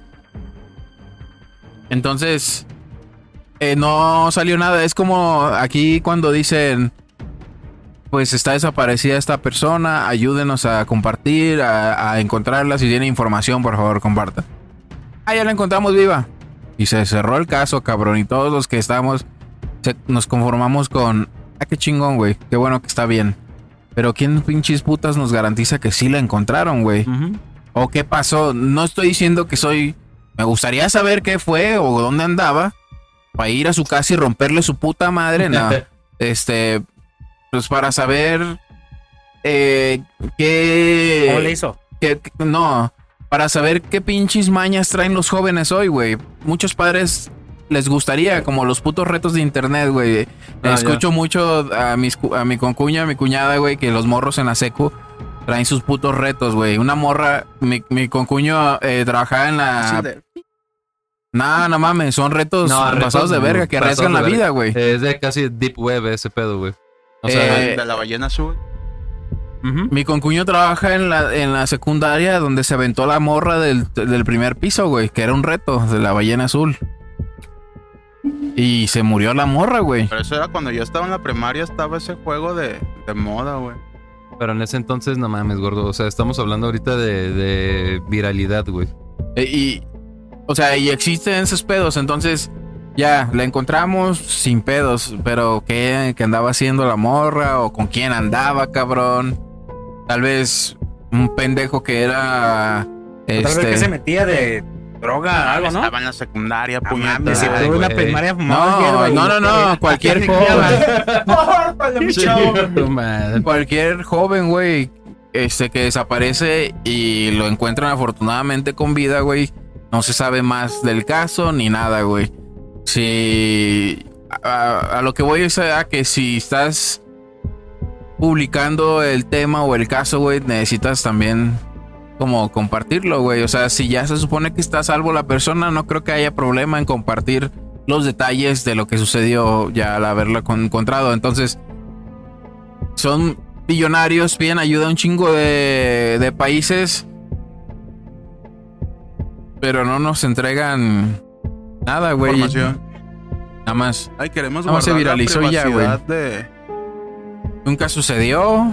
entonces no salió nada. Es como aquí cuando dicen, pues está desaparecida esta persona, ayúdenos a compartir, a encontrarla. Si tiene información, por favor, compartan. Ya la encontramos viva. Y se cerró el caso, cabrón. Y todos los que estamos nos conformamos con, qué chingón, güey. Qué bueno que está bien. Pero ¿quién pinches putas nos garantiza que sí la encontraron, güey? ¿O qué pasó? No estoy diciendo que soy... Me gustaría saber qué fue o dónde andaba para ir a su casa y romperle su puta madre. No. Pues para saber qué... ¿Cómo le hizo? No, para saber qué pinches mañas traen los jóvenes hoy, güey. Muchos padres les gustaría, como los putos retos de internet, güey. Escucho mucho a mi concuña, a mi cuñada, güey, que los morros en la secu traen sus putos retos, güey. Una morra, mi concuño trabajaba en la... No mames, son retos pasados de verga que arriesgan la vida, güey. Es de casi deep web ese pedo, güey. O sea, de la ballena azul. Mi concuño trabaja en la secundaria donde se aventó la morra del primer piso, güey, que era un reto de la ballena azul. Y se murió la morra, güey. Pero eso era cuando yo estaba en la primaria, estaba ese juego de moda, güey. Pero en ese entonces, no mames, gordo. O sea, estamos hablando ahorita de viralidad, güey. Y existen esos pedos. Entonces, ya, la encontramos sin pedos. Pero ¿qué andaba haciendo la morra? ¿O con quién andaba, cabrón? Tal vez un pendejo que era... Tal vez que se metía de droga, algo, ¿no? Estaba en la secundaria, puñetas. Si tuvo una primaria no, cualquier joven. Cualquier joven, güey, que desaparece y lo encuentran afortunadamente con vida, güey. No se sabe más del caso ni nada, güey. Si a lo que voy es a que si estás publicando el tema o el caso, güey, necesitas también como compartirlo, güey. O sea, si ya se supone que está a salvo la persona, no creo que haya problema en compartir los detalles de lo que sucedió ya al haberla encontrado. Entonces, son billonarios, piden ayuda a un chingo de países, pero no nos entregan nada, güey. Nada más. Ay, queremos nada más se viralizó la ya, güey. Nunca sucedió.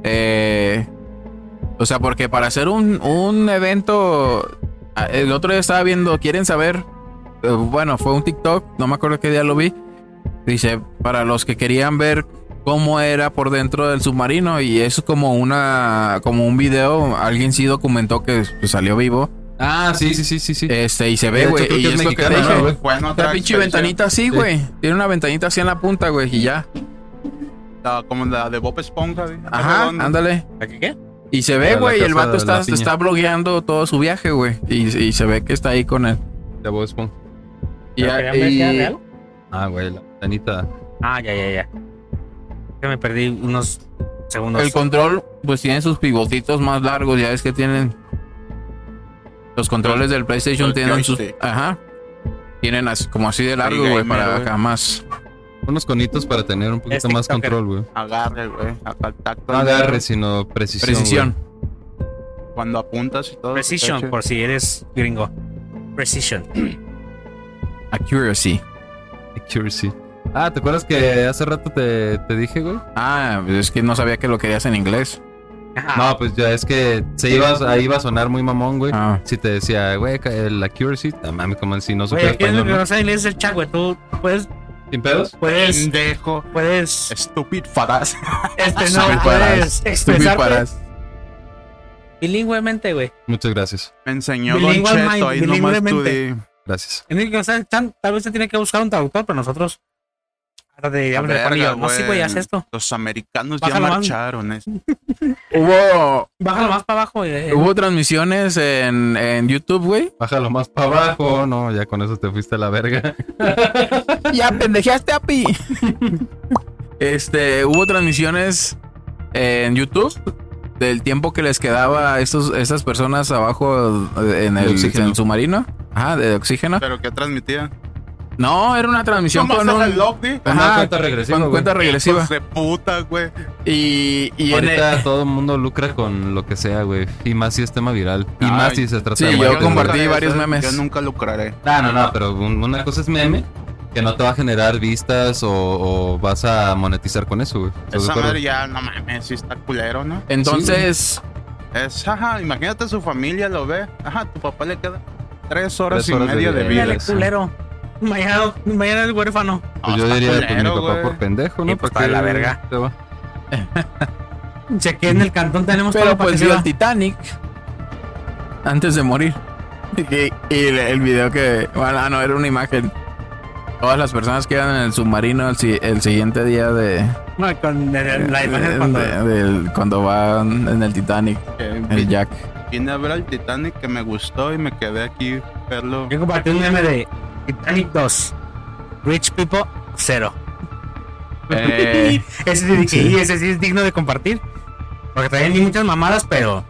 O sea, porque para hacer un evento, el otro día estaba viendo, ¿quieren saber? Bueno, fue un TikTok, no me acuerdo qué día lo vi. Dice, para los que querían ver cómo era por dentro del submarino, y es como un video, alguien sí documentó que salió vivo. Ah, sí. Y se ve, güey, y es lo que dije, güey. Bueno, una pinche ventanita así, güey. Sí. Tiene una ventanita así en la punta, güey, y ya. Como la de Bob Esponja, güey. Ajá, ándale. ¿Qué? Y se ve, güey, el vato está blogueando todo su viaje, güey. Y se ve que está ahí con él. De Bob Esponja. ¿Real? Ah, güey, la ventanita. Ah, ya. Que me perdí unos segundos. El control, pues tiene sus pivotitos más largos. Ya es que tienen. Los controles del PlayStation el tienen sus. joystick. Ajá. Tienen como así de largo, güey, para acá más. Unos conitos para tener un poquito más control, güey. Agarre, güey. Acá el tacto. No agarre, sino precisión. Precisión. Cuando apuntas y todo. Precision, por si eres gringo. Precision. Accuracy. Accuracy. Ah, ¿te acuerdas que hace rato te dije, güey? Ah, es que no sabía que lo querías en inglés. Ajá. No, pues ya es que ahí iba a sonar muy mamón, güey. Ah. Si te decía, güey, el accuracy, no mames, como si no Güey, supiera aquí en español, el que ¿no? no sabe inglés es el chat, güey. Tú puedes. ¿Sin pedos? Pendejo. Puedes. Stupid faras. No, puedes expresarte bilingüemente, güey. Muchas gracias. Me enseñó Don Bilingual Cheto. mind, Ahí nomás bilingüemente. estudié. Gracias. En el que, o sea, tal vez se tiene que buscar un traductor, pero nosotros. Verga, No, sí, güey, haz esto. Los americanos Bájalo, ya man. marcharon. Bájalo más para abajo. Hubo transmisiones en YouTube, güey. Bájalo más para abajo. No, ya con eso te fuiste a la verga. Ya pendejeaste, api. Hubo transmisiones en YouTube del tiempo que les quedaba a estas personas abajo en el submarino. Ajá, de oxígeno. Pero ¿qué transmitían? No, era una transmisión ¿Cómo con hacer un... el lobby? Ajá, cuenta regresiva, con güey. cuenta regresiva. Hijos de puta, güey. Y Ahorita todo el mundo lucra con lo que sea, güey. Y más si es tema viral. Y Ay, más si se trata sí, de yo muertes, compartí güey. varios memes. Yo nunca lucraré. No, pero una cosa es meme, que no te va a generar vistas o vas a monetizar con eso, güey. ¿Estás de Esa acuerdo? madre ya, no mames, sí está culero, ¿no? entonces... Ajá, imagínate su familia lo ve. Ajá, tu papá le queda 3 horas 3 y horas de media de vida. vida. Mírale, culero. Mañana el huérfano. Pues No, yo está diría, pues mi culero, papá güey. por pendejo, ¿no? Y pues, ¿Para qué para la verga. se va? Chequé en el cantón tenemos Pero todo para pues que vio se el va. Titanic antes de morir. Y el video que... Bueno, no, era una imagen. Todas las personas que iban en el submarino el siguiente día de... No, con la imagen cuando. cuando van en el Titanic, el Jack. Vine a ver al Titanic que me gustó y me quedé aquí a verlo. Yo compartí un meme de Titanic 2. Rich People 0. Ese sí dije, y ese sí es digno de compartir. Porque también vi muchas mamadas, pero.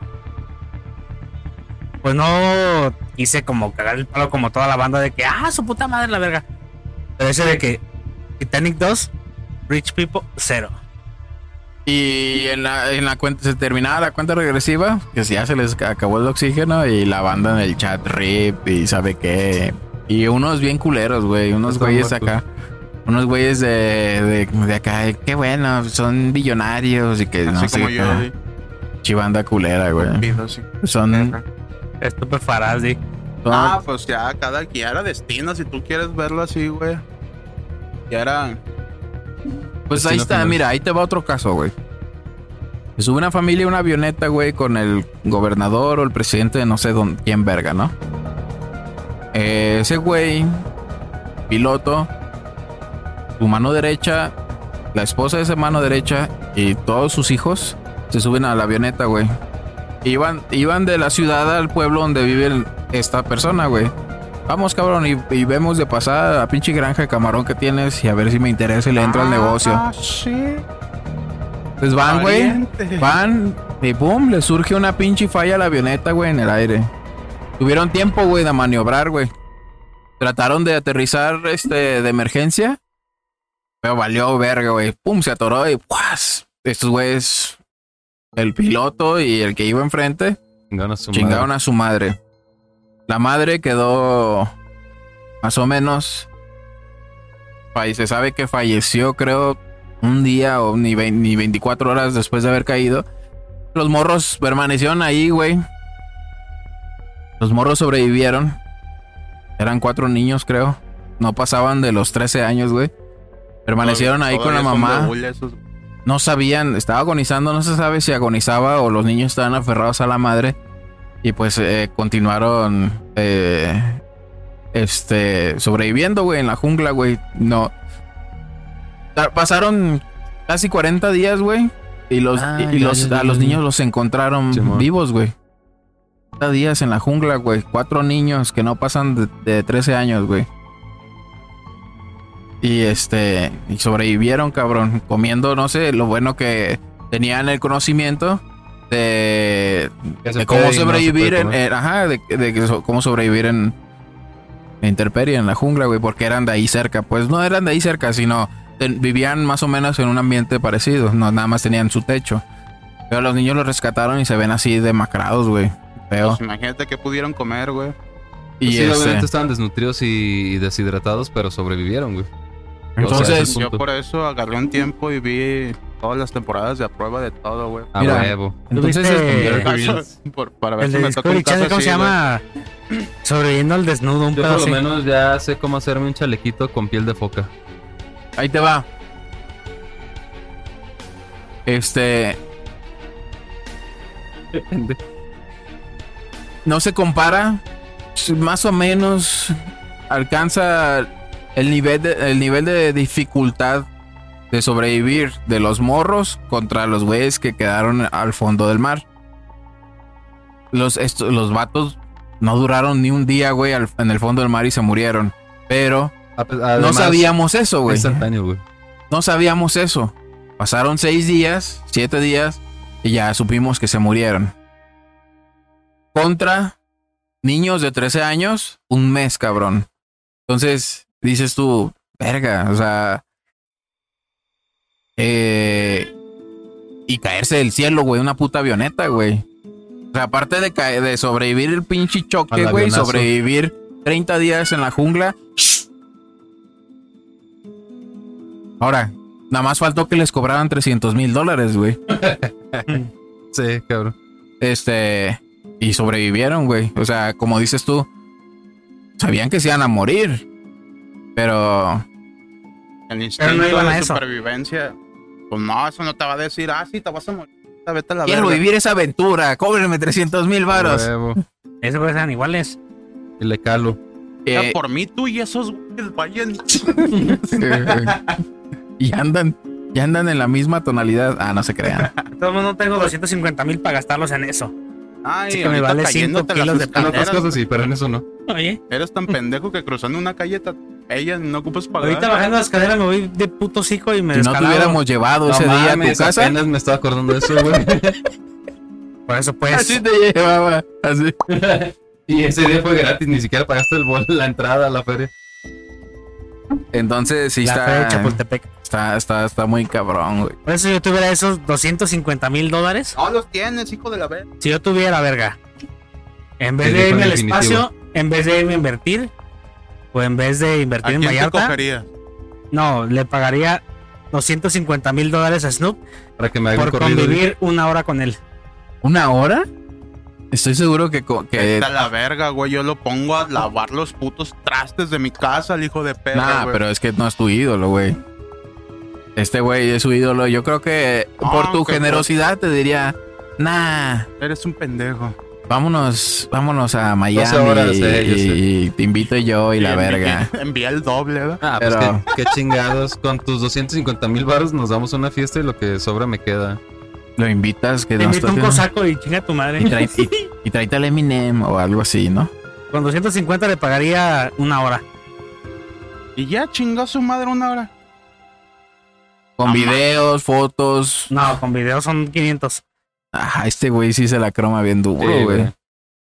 Pues no quise como cagar el palo como toda la banda de que, su puta madre la verga. Pero ese de que Titanic 2, Rich People 0. Y en la cuenta se terminaba la cuenta regresiva, que si ya se les acabó el oxígeno y la banda en el chat rip y sabe qué. Y unos bien culeros, güey, unos Están güeyes muertos. acá. Unos güeyes de acá, qué bueno, son billonarios y que no Así sé como qué. yo. Chivanda culera, güey. Pido, sí. Son... Estupefarazzi. Ah, pues ya cada quien era destino, si tú quieres verlo así, güey. Ya era. Pues ahí Destino está, final. mira, ahí te va otro caso, güey. Se sube una familia en una avioneta, güey, con el gobernador o el presidente de no sé quién verga, ¿no? Ese güey, piloto, su mano derecha, la esposa de esa mano derecha y todos sus hijos se suben a la avioneta, güey. Iban de la ciudad al pueblo donde vive esta persona, güey. Vamos, cabrón, y vemos de pasada la pinche granja de camarón que tienes y a ver si me interesa y le entro al negocio. Ah, sí. Pues van, güey. Pariente. Van y pum, le surge una pinche falla a la avioneta, güey, en el aire. Tuvieron tiempo, güey, de maniobrar, güey. Trataron de aterrizar, de emergencia. Pero valió verga, güey. Pum, se atoró y ¡puas! Estos güeyes, el piloto y el que iba enfrente, chingaron a su madre. La madre quedó más o menos... Se sabe que falleció, creo, un día o ni 24 horas después de haber caído. Los morros permanecieron ahí, güey. Los morros sobrevivieron. Eran 4 niños, creo. No pasaban de los 13 años, güey. Permanecieron ahí con la Todavía son mamá. bebules esos. No sabían, estaba agonizando, no se sabe si agonizaba o los niños estaban aferrados a la madre. Y pues continuaron sobreviviendo, güey, en la jungla, güey. No. Pasaron casi 40 días, güey. Y a los niños los encontraron Simón. vivos, güey. 40 días en la jungla, güey. 4 niños que no pasan de 13 años, güey. Y y sobrevivieron, cabrón. Comiendo, no sé, lo bueno que tenían el conocimiento de cómo sobrevivir cómo sobrevivir en intemperie, en la jungla, güey, porque eran de ahí cerca. Pues no eran de ahí cerca, sino vivían más o menos en un ambiente parecido. No, nada más tenían su techo. Pero los niños los rescataron y se ven así demacrados, güey. Feo. Pues imagínate que pudieron comer, güey. Y sí, obviamente estaban desnutridos y deshidratados, pero sobrevivieron, güey. Entonces, yo por eso agarré un tiempo y vi todas las temporadas de a prueba de todo, güey. A huevo. Entonces, para ver el si me toca un caso ¿cómo así, se llama? Sobreviviendo al desnudo, un Yo pedo por lo así. menos ya sé cómo hacerme un chalequito con piel de foca. ahí te va. No se compara. Más o menos alcanza el nivel de dificultad de sobrevivir de los morros contra los güeyes que quedaron al fondo del mar. Los vatos no duraron ni un día, güey, en el fondo del mar y se murieron. Pero Además, no sabíamos eso, güey. Instantáneo, güey. No sabíamos eso. Pasaron 6 días, 7 días y ya supimos que se murieron. Contra niños de 13 años, un mes, cabrón. Entonces, dices tú, verga, o sea... y caerse del cielo, güey, una puta avioneta, güey. O sea, aparte de sobrevivir el pinche choque, güey, sobrevivir 30 días en la jungla. Ahora, nada más faltó que les cobraran $300,000, güey. Sí, cabrón. Y sobrevivieron, güey. O sea, como dices tú, sabían que se iban a morir. Pero el instinto no iban a de eso. supervivencia. Pues no, eso no te va a decir, sí, te vas a morir. Vete a la quiero verga. vivir esa aventura. Cóbrenme $300,000. Huevo. Esos güeyes eran iguales. Y le calo. Ya por mí, tú y esos güeyes vayan. Y andan en la misma tonalidad. Ah, no se crean. De todos modos, no tengo 250,000 para gastarlos en eso. Ay, Así que me ahorita vale 5 cayéndote las kilos de En otras escaleras, cosas sí, pero en eso no. Oye, eres tan pendejo que cruzando una calle ella no ocupas pagar. ahorita bajando las escaleras me voy de puto cico y me Si no te descalabro. hubiéramos llevado ese día a tu casa, apenas me estaba acordando de eso, güey. Por eso pues. así te llevaba. Así. Y ese día fue gratis, ni siquiera pagaste la entrada a la feria. Entonces sí la fe de está, Chapultepec. está muy cabrón, güey. Por eso yo tuviera esos $250,000. No los tienes, hijo de la verga. Si yo tuviera, verga, en vez Sí, de irme en al definitivo. espacio, en vez de irme a invertir, o en vez de ¿A invertir en quién te Vallarta, cogerías? no, le pagaría $250,000 a Snoop Para que me haga un por corrido. convivir una hora con él. ¿Una hora? Estoy seguro que Vete a la verga, güey. Yo lo pongo a lavar los putos trastes de mi casa, el hijo de perra, nah, güey. pero es que no es tu ídolo, güey. Este güey es su ídolo. Yo creo que por tu que generosidad te diría, nah, Eres un pendejo. vámonos a Miami 12 horas, yo sé. y te invito yo y la verga. Envía el doble, ¿verdad? Ah, pues Pero- qué chingados. Con tus 250,000 baros nos damos una fiesta y lo que sobra me queda. Lo invitas, que Te nos invito un toque- cosaco y chinga tu madre. y tráete al Eminem o algo así, ¿no? Con 250 le pagaría una hora. Y ya chingó a su madre una hora. Con No videos, fotos. No, con video son 500. Este güey sí se la croma bien duro, Sí, güey.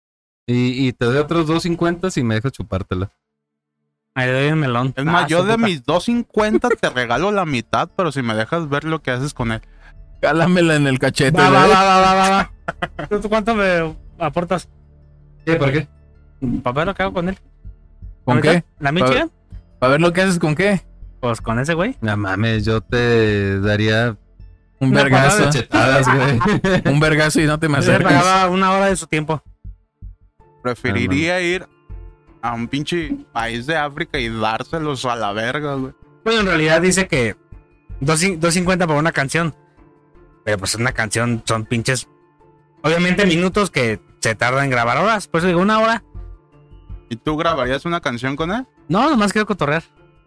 Y te doy otros 250 si me dejas chupártela. Ahí le doy el melón. Es más, yo su de puta. mis 250 te regalo la mitad, pero si me dejas ver lo que haces con él. Cálamela en el cachete, Va, güey. va. ¿Tú cuánto me aportas? ¿Qué? ¿Por qué? ¿Para ver lo que hago con él? ¿Con ¿La qué? mitad? ¿La Michigan? ¿Para ver lo que haces con qué? Pues con ese güey. No mames, yo te daría Un Una vergazo. chetadas, güey. Un vergazo y no te me Yo le acerques. pagaba una hora de su tiempo. Preferiría ir a un pinche país de África y dárselos a la verga, güey. Bueno, en realidad dice que 250 por una canción. Pero pues una canción son pinches. Obviamente minutos que se tardan en grabar horas. Por eso digo una hora. ¿Y tú grabarías una canción con él? No, nomás quiero cotorrear.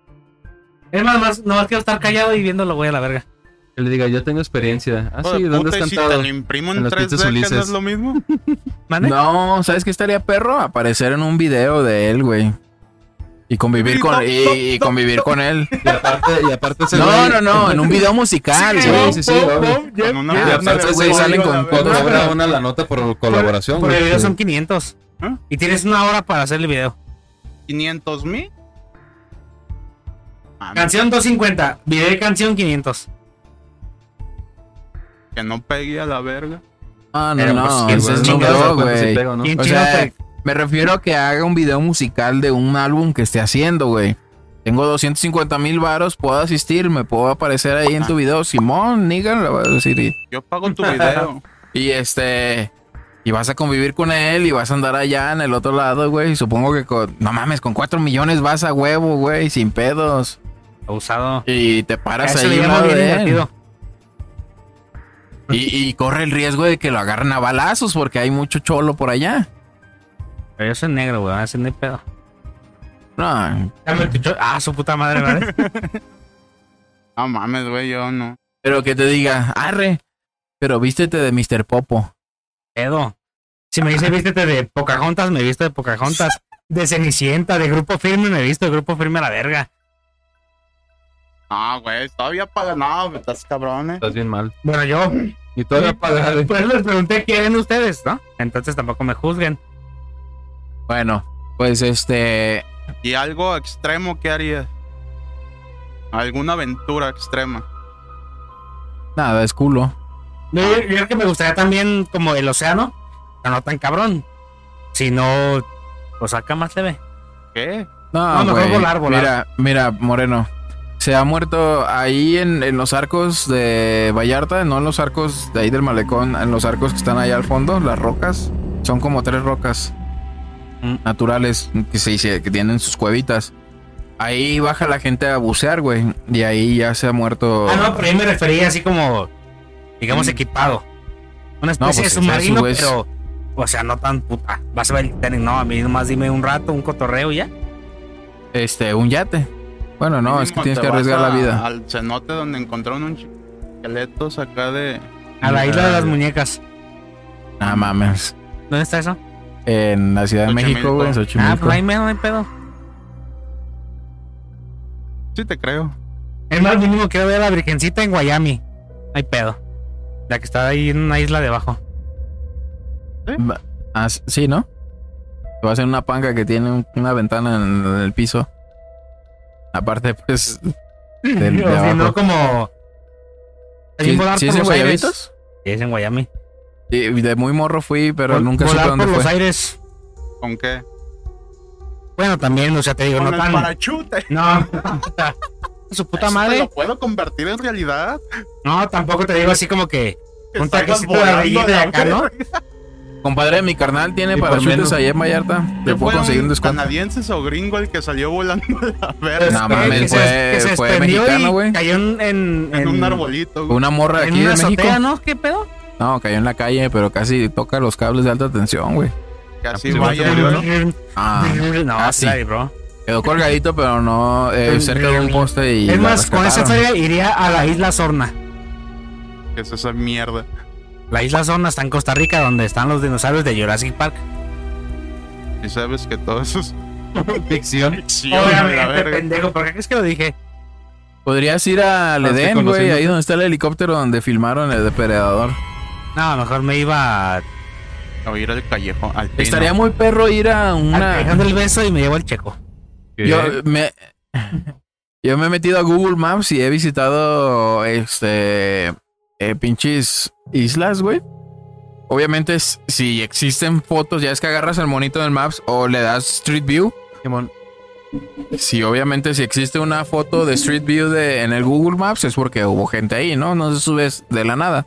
Es más, nomás quiero estar callado y viéndolo, güey, a la verga. Que le diga, yo tengo experiencia. Ah, Hijo sí, de ¿dónde puta, has y si cantado? te lo imprimo En en los 3D, pinches que no Ulises. es lo mismo. ¿Mande? No, ¿sabes qué estaría perro? Aparecer en un video de él, güey. Y convivir con él. Y aparte ese No, en un video musical, güey. Sí. Con una aparte, güey, salen con cobra una la nota por colaboración, por güey. el video son 500. ¿Ah? Y tienes una hora para hacer el video. 500,000. Canción 250, video de canción 500. Que no pegue a la verga. No, Pero, pues, ese es ¿quién no, chingados güey. ¿Quién O chingados sea, te- me refiero a que haga un video musical de un álbum que esté haciendo, güey. Tengo 250,000 varos, puedo asistir, me puedo aparecer ahí en tu video. Simón, nigga, le voy a decir. Yo pago tu video. Y y vas a convivir con él y vas a andar allá en el otro lado, güey. Supongo que no mames, con 4 millones vas a huevo, güey, sin pedos. Abusado. Y te paras Eso ahí le al llamo lado bien de él. divertido. Y corre el riesgo de que lo agarren a balazos porque hay mucho cholo por allá. Pero yo soy negro, güey, así no hay pedo. No, Dame tu su puta madre, ¿vale? No mames, güey, yo no. pero que te diga, arre, pero vístete de Mr. Popo. Pedo. Si me dice vístete de Pocahontas, me visto de Pocahontas. De Cenicienta, de Grupo Firme, me visto de Grupo Firme a la verga. No, güey, todavía paga. No, estás cabrón, Estás bien mal. Bueno, yo Y todavía pagar. pues les pregunté qué ven ustedes, ¿no? Entonces tampoco me juzguen. Bueno, pues ¿Y algo extremo qué harías? ¿Alguna aventura extrema? nada, es culo. Yo creo que me gustaría también como el océano, pero no tan cabrón. Si no, pues acá más se ve. ¿Qué? No, mejor güey. volar. Mira, Moreno. Se ha muerto ahí en los arcos de Vallarta, no en los arcos de ahí del malecón, en los arcos que están allá al fondo, las rocas. Son como 3 rocas naturales que tienen sus cuevitas. Ahí baja la gente a bucear, güey. Y ahí ya se ha muerto. No, pero yo me refería así como, digamos, equipado. Una especie pues, de submarino, eso es- pero, o sea, no tan puta. Vas a ver el Titanic, no, a mí nomás dime un rato, un cotorreo y ya. Un yate. Bueno, no, es que tienes que arriesgar la vida. Al cenote donde encontraron un esqueletos acá de... A la isla de las muñecas. No mames. ¿Dónde está eso? En la Ciudad de Xochimilco. México, güey, en Xochimilco. Pues ahí no hay pedo. Sí te creo. Es más mínimo quiero ver a la Virgencita en Guayami. No hay pedo. La que está ahí en una isla debajo. Sí, ¿no? Te va a hacer una panga que tiene una ventana en el piso. Aparte, pues, de O si abajo. no, como... ¿Sí, volar sí por es en los aires. Guayabitos? Sí, es en Guayami. Sí, de muy morro fui, pero nunca supe volar dónde por los fue. aires. ¿Con qué? Bueno, también, o sea, te digo, Con no el tan... parachute. No. Su puta ¿Eso madre. te lo puedo convertir en realidad? No, tampoco te digo así como que un salgas trajecito de volando ardillita de la acá, ¿no? verga. Compadre, mi carnal tiene Y por parachutes menos- ahí en Vallarta. Te ¿Fue puedo conseguir un descuento. canadienses o gringo el que salió volando a la verga No mames, fue desprendió mexicano, y güey. cayó en un arbolito, güey? Una morra de en aquí una de México. azotea, ¿no? ¿Qué pedo? No, cayó en la calle, pero casi toca los cables de alta tensión, güey. Que así Sí, vaya, ¿no? ¿no? Ah, No, casi. sí la libró. quedó colgadito, pero no cerca de un poste y Es la más, con esa rescataron. feria iría a la isla Sorna. Que es esa mierda. La isla Sorna está en Costa Rica, donde están los dinosaurios de Jurassic Park. Y sabes que todo eso es Ficción. ficción, la Obviamente, verga. pendejo, ¿por qué crees que lo dije? Podrías ir al No, estoy Edén, güey, conociendo. ahí donde está el helicóptero donde filmaron el depredador. No, mejor me iba O ir al callejón, al pino. Estaría muy perro ir a una... dejando el beso y me llevo el checo. Yo me he metido a Google Maps y he visitado pinches islas, güey. Obviamente si existen fotos, ya es que agarras el monito del Maps o le das Street View. Sí, obviamente si existe una foto de Street View en el Google Maps es porque hubo gente ahí, ¿no? No se subes de la nada.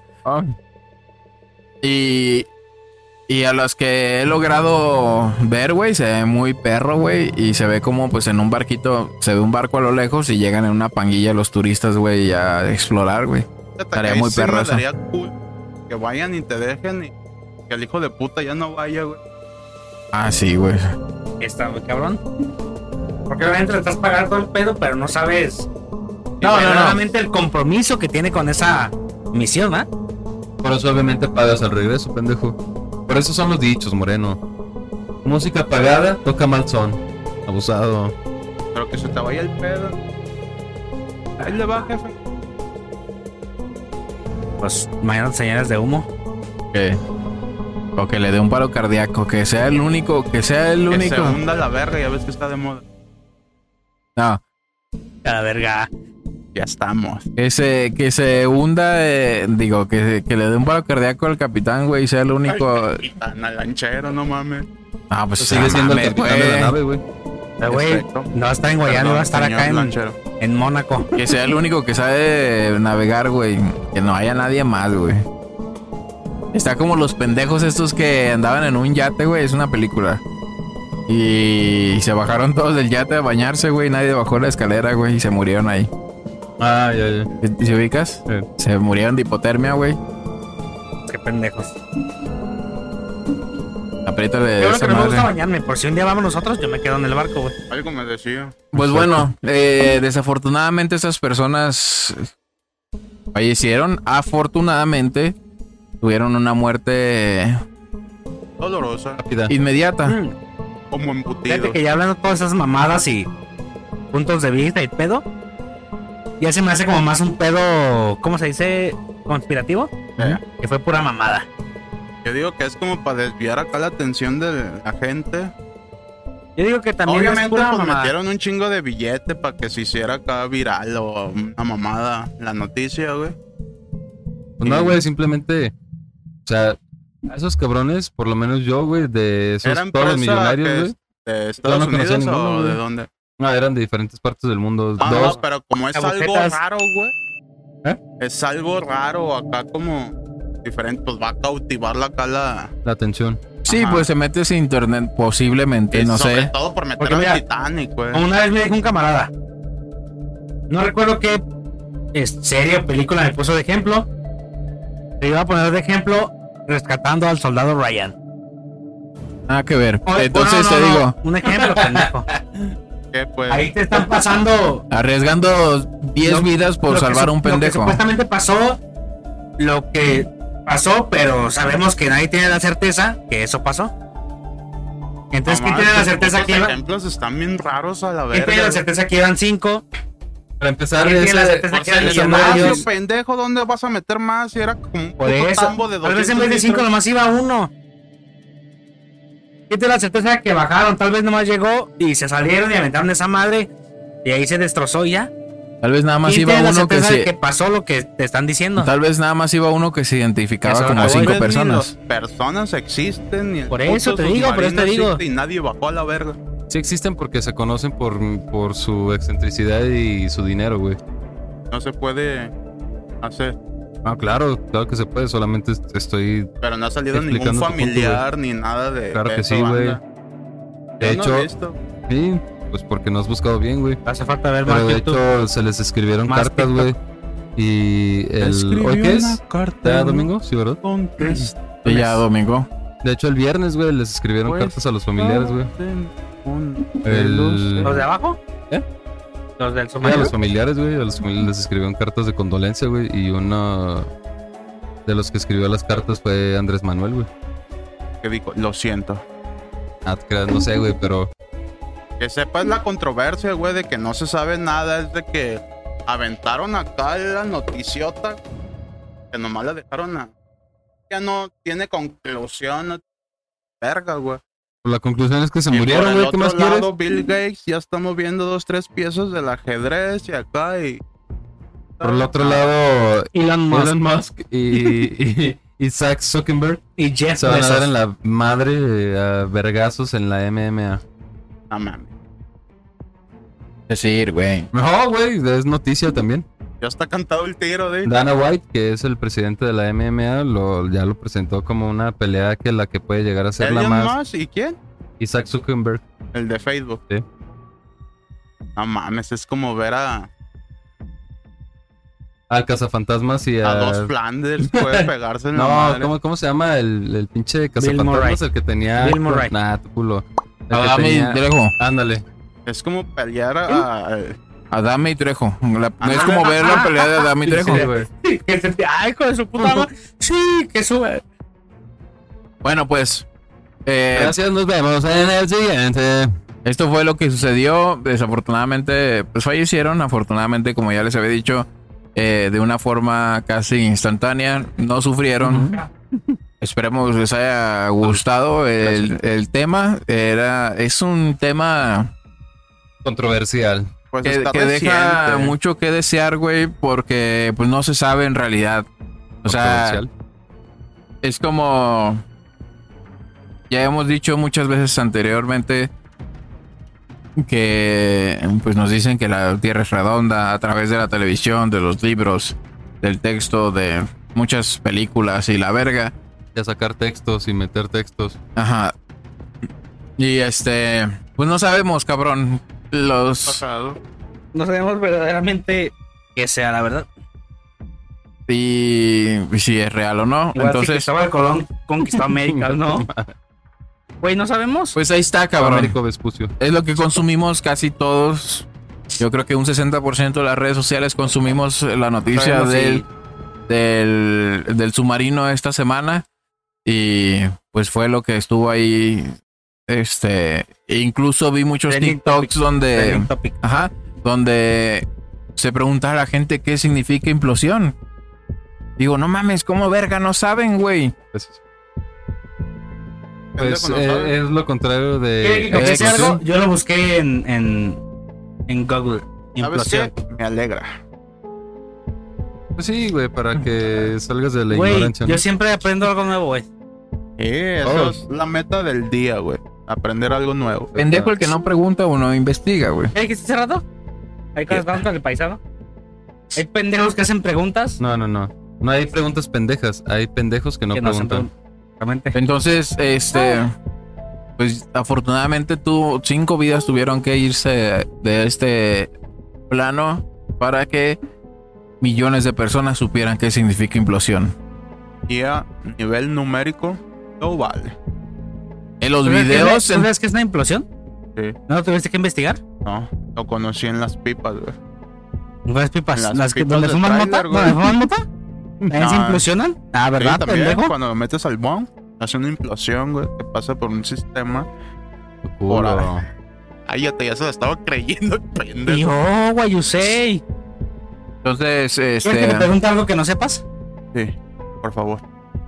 Y a las que he logrado ver, güey, se ve muy perro, güey. Y se ve como, pues, en un barquito, se ve un barco a lo lejos y llegan en una panguilla los turistas, güey, a explorar, güey. Estaría muy Sí me perro eso. daría cool que vayan y te dejen y que el hijo de puta ya no vaya, güey. Ah, sí, güey. Está muy cabrón. Porque obviamente le estás pagando todo el pedo, pero no sabes No. verdaderamente el compromiso que tiene con esa misión, ¿ah? Por eso obviamente pagas al regreso, pendejo. Por eso son los dichos, Moreno. Música pagada, toca mal son. Abusado. Pero que se te vaya el pedo. Ahí le va, jefe. Pues mañana señales de humo. ¿Qué? O que le dé un paro cardíaco, que sea el único. Que se hunda la verga, ya ves que está de moda. No, A la verga. Ya estamos. que se hunda, digo, que le dé un paro cardíaco al capitán, güey, y sea el único. Capitán, al lanchero, no mames. Ah, pues Sigue siendo el capitán de la nave, güey. Güey, Perfecto. no va a estar en Guayana, va a estar Señor acá lanchero. en Mónaco. Que sea el único que sabe navegar, güey. Que no haya nadie más, güey. Está como los pendejos estos que andaban en un yate, güey. Es una película. Y se bajaron todos del yate a bañarse, güey. Nadie bajó la escalera, güey. Y se murieron ahí. Ah, ya. ¿Se ubicas? Sí. Se murieron de hipotermia, güey. Qué pendejos. Apriétale Yo creo esa que no me gusta madre. bañarme. Por si un día vamos nosotros, yo me quedo en el barco, güey. Algo me decía. Pues bueno, desafortunadamente esas personas fallecieron. Afortunadamente tuvieron una muerte Dolorosa. Rápida. inmediata. Como Fíjate embutido. que ya hablando de todas esas mamadas y puntos de vista y pedo, ya se me hace como más un pedo, ¿cómo se dice? Conspirativo. Que fue pura mamada. Yo digo que es como para desviar acá la atención de la gente. Yo digo que también es Obviamente pura pues mamada. metieron un chingo de billete para que se hiciera acá viral o una mamada la noticia, güey. Pues no, güey, simplemente. O sea, a esos cabrones, por lo menos yo, güey, de esos ¿Era todos los empresa millonarios, que güey. es de Estados no conocía Unidos ninguno, o de güey. dónde? No, eran de diferentes partes del mundo. Ah, Dos. no, pero como es algo Agujetas. raro, güey. ¿Eh? Es algo raro acá como diferente, pues va a cautivarla acá la... La atención. Sí, Ajá. pues se mete sin internet posiblemente, y no sobre sé. todo por meter Porque al mira, Titanic, güey. Una vez me dijo un camarada, no recuerdo qué serie o película me puso de ejemplo, te iba a poner de ejemplo Rescatando al Soldado Ryan. Nada que ver. Oye, Entonces no, te no, digo, un ejemplo, pendejo. ¿Qué, pues? Ahí te están pasando arriesgando 10 Lo- vidas por lo que salvar a un Lo que pendejo. supuestamente pasó, lo que pasó, pero sabemos que nadie tiene la certeza que eso pasó. Entonces, ¿quién Mamá, tiene la estos certeza putos que iban? ejemplos están bien raros a la ¿Quién verga. tiene la güey. certeza que iban 5? Para empezar, ¿Quién tiene la certeza Pues que eran el esa 10 madre espacio, varios? pendejo, ¿dónde vas a meter más? Si era como un Por puto eso, tambo de 200 tal vez en vez de 5 litros. nomás iba uno. ¿Quién tiene la certeza que bajaron? Tal vez nomás llegó y se salieron y aventaron esa madre y ahí se destrozó y ya. Tal vez nada más ¿Quién iba tiene la uno que certeza de que se. pasó lo que te están diciendo? Tal vez nada más iba uno que se identificaba Eso, como tal 5 Tal vez ni personas. las personas existen ni el Por eso puto te digo, por eso te submarino digo. existe y nadie bajó a la verga. Sí existen porque se conocen por su excentricidad y su dinero, güey. No se puede hacer. Ah, claro que se puede, solamente estoy... Pero no ha salido ningún Explicando tu punto, familiar ni nada de. Claro de que esa sí, güey. banda. De Yo no hecho, he visto. sí, pues porque no has buscado bien, güey. Hace falta ver más Pero de YouTube. hecho se les escribieron Más cartas, TikTok. güey. Y ¿hoy qué es? ¿Ya domingo? Sí, ¿verdad? Y ya domingo. De hecho, el viernes, güey, les escribieron Pues, cartas a los familiares, güey. ¿Los de abajo? ¿Eh? ¿Los del Sí, a Somalia? los familiares, güey. A los familiares les escribieron cartas de condolencia, güey. Y uno de los que escribió las cartas fue Andrés Manuel, güey. Que dijo, lo siento. Ah, te creas, no sé, güey, pero Que sepas la controversia, güey, de que no se sabe nada. Es de que aventaron acá la noticiota. Que nomás la dejaron a. Ya no tiene conclusión. No- Verga, güey. la conclusión es que se Y murieron, por el güey. ¿Qué otro más quieres? lado, Bill Gates, ya estamos viendo 2-3 piezas del ajedrez y acá y. Por el otro lado, Elon Musk Elon Musk y Zach Zuckerberg y Jeff se van a dar Bezos. en la madre a vergazos en la MMA. No mames. Decir, güey. No, güey, es noticia también. Ya está cantado el tiro, de. Dana White, que es el presidente de la MMA, ya lo presentó como una pelea que la que puede llegar a ser la Elon más. Musk, ¿y quién? Y Zach Zuckerberg. El de Facebook. Sí. No mames, es como ver a Al cazafantasmas y a. dos Flanders puede pegarse en la No, madre. ¿cómo se llama el pinche Murray. cazafantasmas? El que tenía. Bill Murray. Nah, tu culo. El que Adame y tenía- Trejo. Ándale. Es como pelear a. Adame y Trejo. Es Ajá. como ver la pelea de Adame y Trejo. Sí, güey. Ay, hijo de su puta madre. Sí, que sube. Bueno, pues. Gracias, nos vemos en el siguiente. Esto fue lo que sucedió. Desafortunadamente, pues fallecieron. Afortunadamente, como ya les había dicho, de una forma casi instantánea. No sufrieron. Esperemos les haya gustado el tema. Es un tema controversial. Pues que deja mucho que desear, güey, porque pues no se sabe en realidad. O sea, es como ya hemos dicho muchas veces anteriormente que pues nos dicen que la Tierra es redonda a través de la televisión, de los libros, del texto, de muchas películas y la verga. De sacar textos y meter textos. Ajá. Y pues no sabemos, cabrón. No sabemos verdaderamente que sea la verdad. Y si es real o no. Igual entonces Cristóbal Colón conquistó América, ¿no? Güey, no sabemos. Pues ahí está, cabrón. Américo Vespucio. Es lo que consumimos casi todos. Yo creo que un 60% de las redes sociales consumimos la noticia del submarino esta semana. Y pues fue lo que estuvo ahí. Incluso vi muchos TikToks donde se pregunta a la gente qué significa implosión. Digo, no mames, ¿cómo verga no saben, güey? Pues es lo contrario de... ¿Qué algo? Yo lo busqué en Google. Implosión. Me alegra. Pues sí, güey, para que salgas de la ignorancia. Yo siempre aprendo algo nuevo, güey. Eso es la meta del día, güey. Aprender algo nuevo. Pendejo el que no pregunta o no investiga, güey. ¿Qué está cerrado? ¿Hay cosas con el paisano? ¿Hay pendejos que hacen preguntas? No. No hay preguntas pendejas. Hay pendejos que no preguntan. Entonces, pues afortunadamente 5 vidas tuvieron que irse de este plano para que millones de personas supieran qué significa implosión. Y a nivel numérico, no vale. En los videos... ¿Sabes qué es una implosión? Sí. ¿No lo tuviste que investigar? No, lo conocí en las pipas, güey. ¿Las pipas? Las pipas ¿Donde fuman mota? ¿Donde fuman mota? ¿También se implosionan? Ah, ¿verdad, sí, también, pendejo? Cuando lo metes al bomb, hace una implosión, güey, que pasa por un sistema. Ya se lo estaba creyendo, pendejo. Yo, what you say. Entonces, ¿Quieres que te pregunte algo que no sepas? Sí, por favor.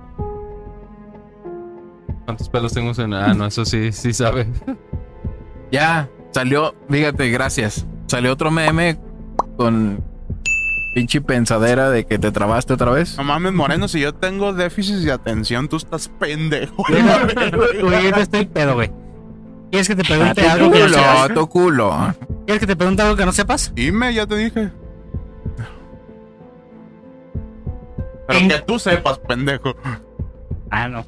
¿Cuántos pelos tengo en...? No, eso sí sabe. Ya, salió, fíjate, gracias. Salió otro meme con pinche pensadera de que te trabaste otra vez. No mames, Moreno, si yo tengo déficit de atención, tú estás pendejo. Güey, yo estoy pedo, güey. ¿Quieres que te pregunte algo que no sepas? Tu culo. ¿Quieres que te pregunte algo que no sepas? Dime, ya te dije. Pero que tú sepas, pendejo. No.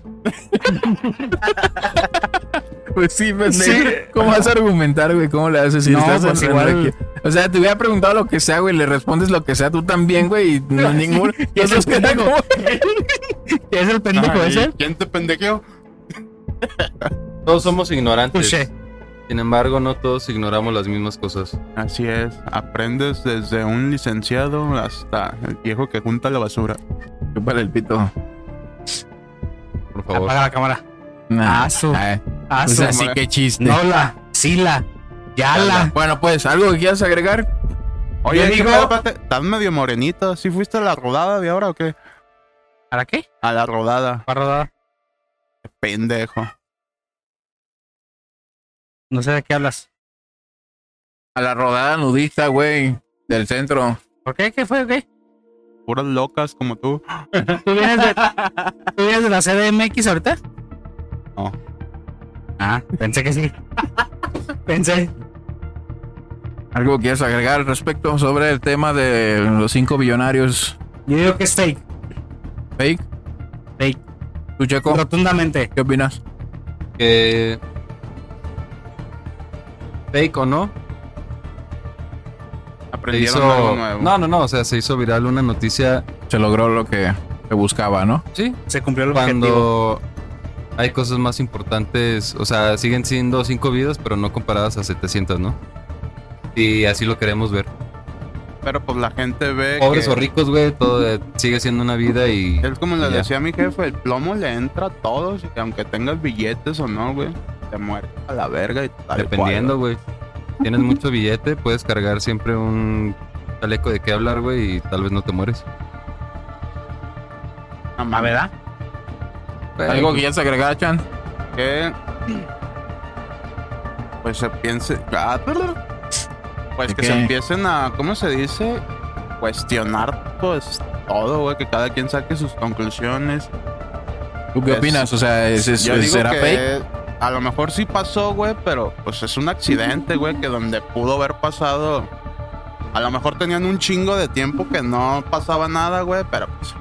Pues sí, pendejo. Sí. ¿Cómo vas a argumentar, güey? ¿Cómo le haces si estás pues igual? O sea, te hubiera preguntado lo que sea, güey, le respondes lo que sea tú también, güey, y no ninguno. ¿Quién es el pendejo? ¿Quién es el pendejo ese? ¿Quién te pendejeó? Todos somos ignorantes. Touché. Sin embargo, no todos ignoramos las mismas cosas. Así es, aprendes desde un licenciado hasta el viejo que junta la basura. Chúpale el pito. Por favor. Apaga la cámara. Aso. Pues así que chiste. Nola, Sila, Yala. Bueno, pues, ¿algo que quieras agregar? Oye, estás medio morenito. ¿Sí fuiste a la rodada de ahora o qué? ¿A la qué? A la rodada. ¿A rodada? Qué pendejo. No sé de qué hablas. A la rodada nudista, güey, del centro. ¿Por qué? ¿Qué fue o qué? Puras locas como tú. ¿Tú vienes de la CDMX ahorita? No. Pensé que sí. Pensé. ¿Algo que quieras agregar al respecto sobre el tema de los 5 billonarios? Yo digo que es fake. ¿Fake? Fake. ¿Tú, Checo? Rotundamente. ¿Qué opinas? ¿Fake o no? Aprendieron algo nuevo. No, o sea, se hizo viral una noticia. Se logró lo que se buscaba, ¿no? Sí. Se cumplió el objetivo. objetivo. Hay cosas más importantes, o sea, siguen siendo 5 vidas, pero no comparadas a 700, ¿no? Y así lo queremos ver. Pero pues la gente ve pobres o ricos, güey, todo sigue siendo una vida y... Es como le decía a mi jefe, el plomo le entra a todos, y aunque tengas billetes o no, güey. te mueres a la verga. Y tal dependiendo, güey. Tienes mucho billete, puedes cargar siempre un chaleco de qué hablar, güey, y tal vez no te mueres. ¿La verdad? ¿Algo que quieras agregar, Chan? Que pues se piense, pues que se empiecen a, ¿cómo se dice? Cuestionar pues todo, güey, que cada quien saque sus conclusiones. ¿Tú qué opinas? O sea, yo digo ¿será que fake? A lo mejor sí pasó, güey, pero pues es un accidente, güey, que donde pudo haber pasado, a lo mejor tenían un chingo de tiempo que no pasaba nada, güey, pero pues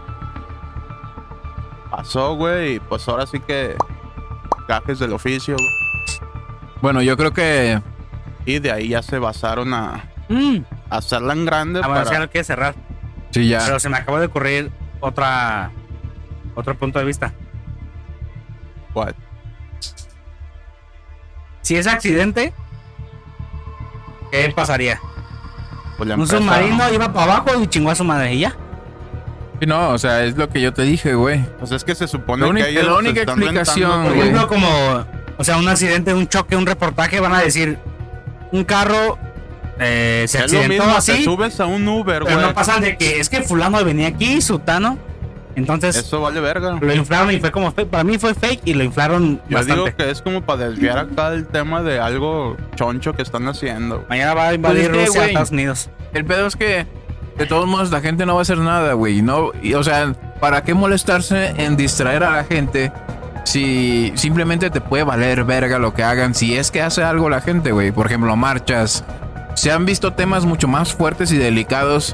pasó, güey, y pues ahora sí que gajes del oficio, güey. Bueno, yo creo que... Y de ahí ya se basaron a hacerla en grande. Bueno, ya no quiere cerrar. Sí, ya. Pero se me acabó de ocurrir otro punto de vista. ¿Cuál? Si es accidente, ¿qué pasaría? Pues la Un empresa- submarino iba para abajo y chingó a su madre y ya. Sí, no, o sea, es lo que yo te dije, güey. Pues es que se supone La única- que ellos la única están explicación, rentando, Por güey. ejemplo, como, o sea, un accidente, un choque, un reportaje, van a decir, un carro se Es lo accidentó mismo, te así, subes a un Uber, pero güey. no pasan de que es que fulano venía aquí, sutano. Entonces Eso vale verga. lo inflaron y fue como fake. Para mí fue fake y lo inflaron Yo bastante. digo que es como para desviar acá el tema de algo choncho que están haciendo. Mañana va a invadir Pues es que, Rusia a güey, Estados Unidos. El pedo es que de todos modos la gente no va a hacer nada, güey. No, o sea, ¿para qué molestarse en distraer a la gente si simplemente te puede valer verga lo que hagan? Si es que hace algo la gente, güey. Por ejemplo, marchas. Se han visto temas mucho más fuertes y delicados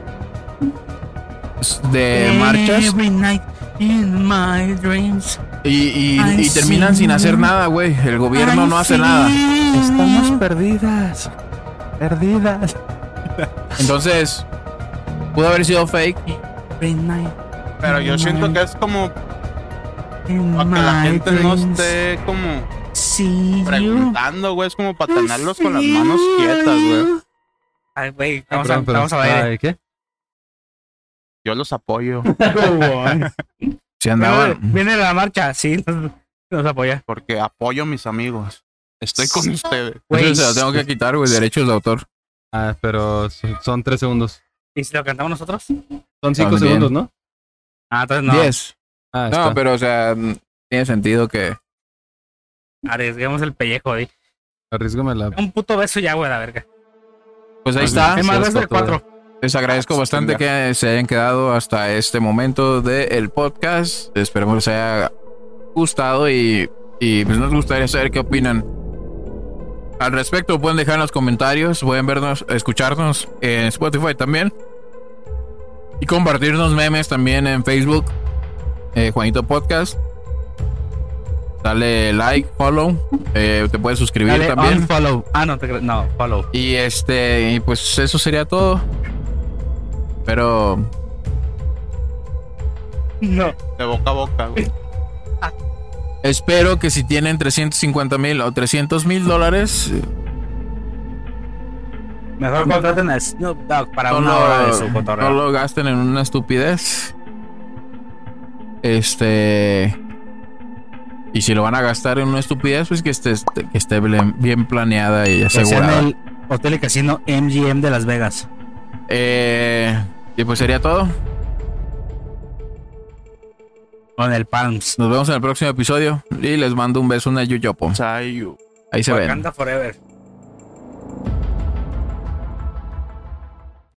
de marchas Every night in my dreams. y terminan sin hacer nada, güey. El gobierno no hace nada. Estamos perdidas. Perdidas. Entonces, pudo haber sido fake. Every night Pero yo siento que es como in para que la my gente no dreams. esté como See you. preguntando, güey. Es como para tenerlos con las manos quietas, güey. Ay, güey, Perdón, vamos a ver. ay, ¿qué? Yo los apoyo Si andaban. Viene la marcha, sí, nos apoya. porque apoyo a mis amigos. Estoy con ustedes. Güey, Eso se lo tengo que quitar, güey. Derechos de autor. Ah, pero son 3 segundos. ¿y si lo cantamos nosotros? Son 5 También. segundos, ¿no? Ah, entonces no. 10. Ah, No, está. pero o sea, tiene sentido que. Arriesguemos el pellejo, güey. Arriesgame la... Un puto beso ya, güey, la verga. Pues ahí Pues está. Es más, sí, beso de es todo. 4. Les agradezco bastante que se hayan quedado hasta este momento del podcast. Esperemos les haya gustado y pues nos gustaría saber qué opinan al respecto. Pueden dejar en los comentarios, pueden vernos, escucharnos en Spotify también y compartirnos memes también en Facebook, Juanito Podcast. Dale like, follow, te puedes suscribir Dale también. unfollow. Ah, no, no, follow. Y y pues eso sería todo. Pero No. De boca a boca, güey. espero que si tienen 350,000 o $300,000, Mejor contraten a Snoop Dogg para no una hora de lo, su no cotorreo. lo gasten en una estupidez. Y si lo van a gastar en una estupidez, pues que esté bien planeada y Que sea en asegurada. el Hotel y Casino MGM de Las Vegas. Y pues sería todo. Con el Palms. Nos vemos en el próximo episodio y les mando un beso, una yuyopo. Sayu. Ahí se ven. Wakanda Forever.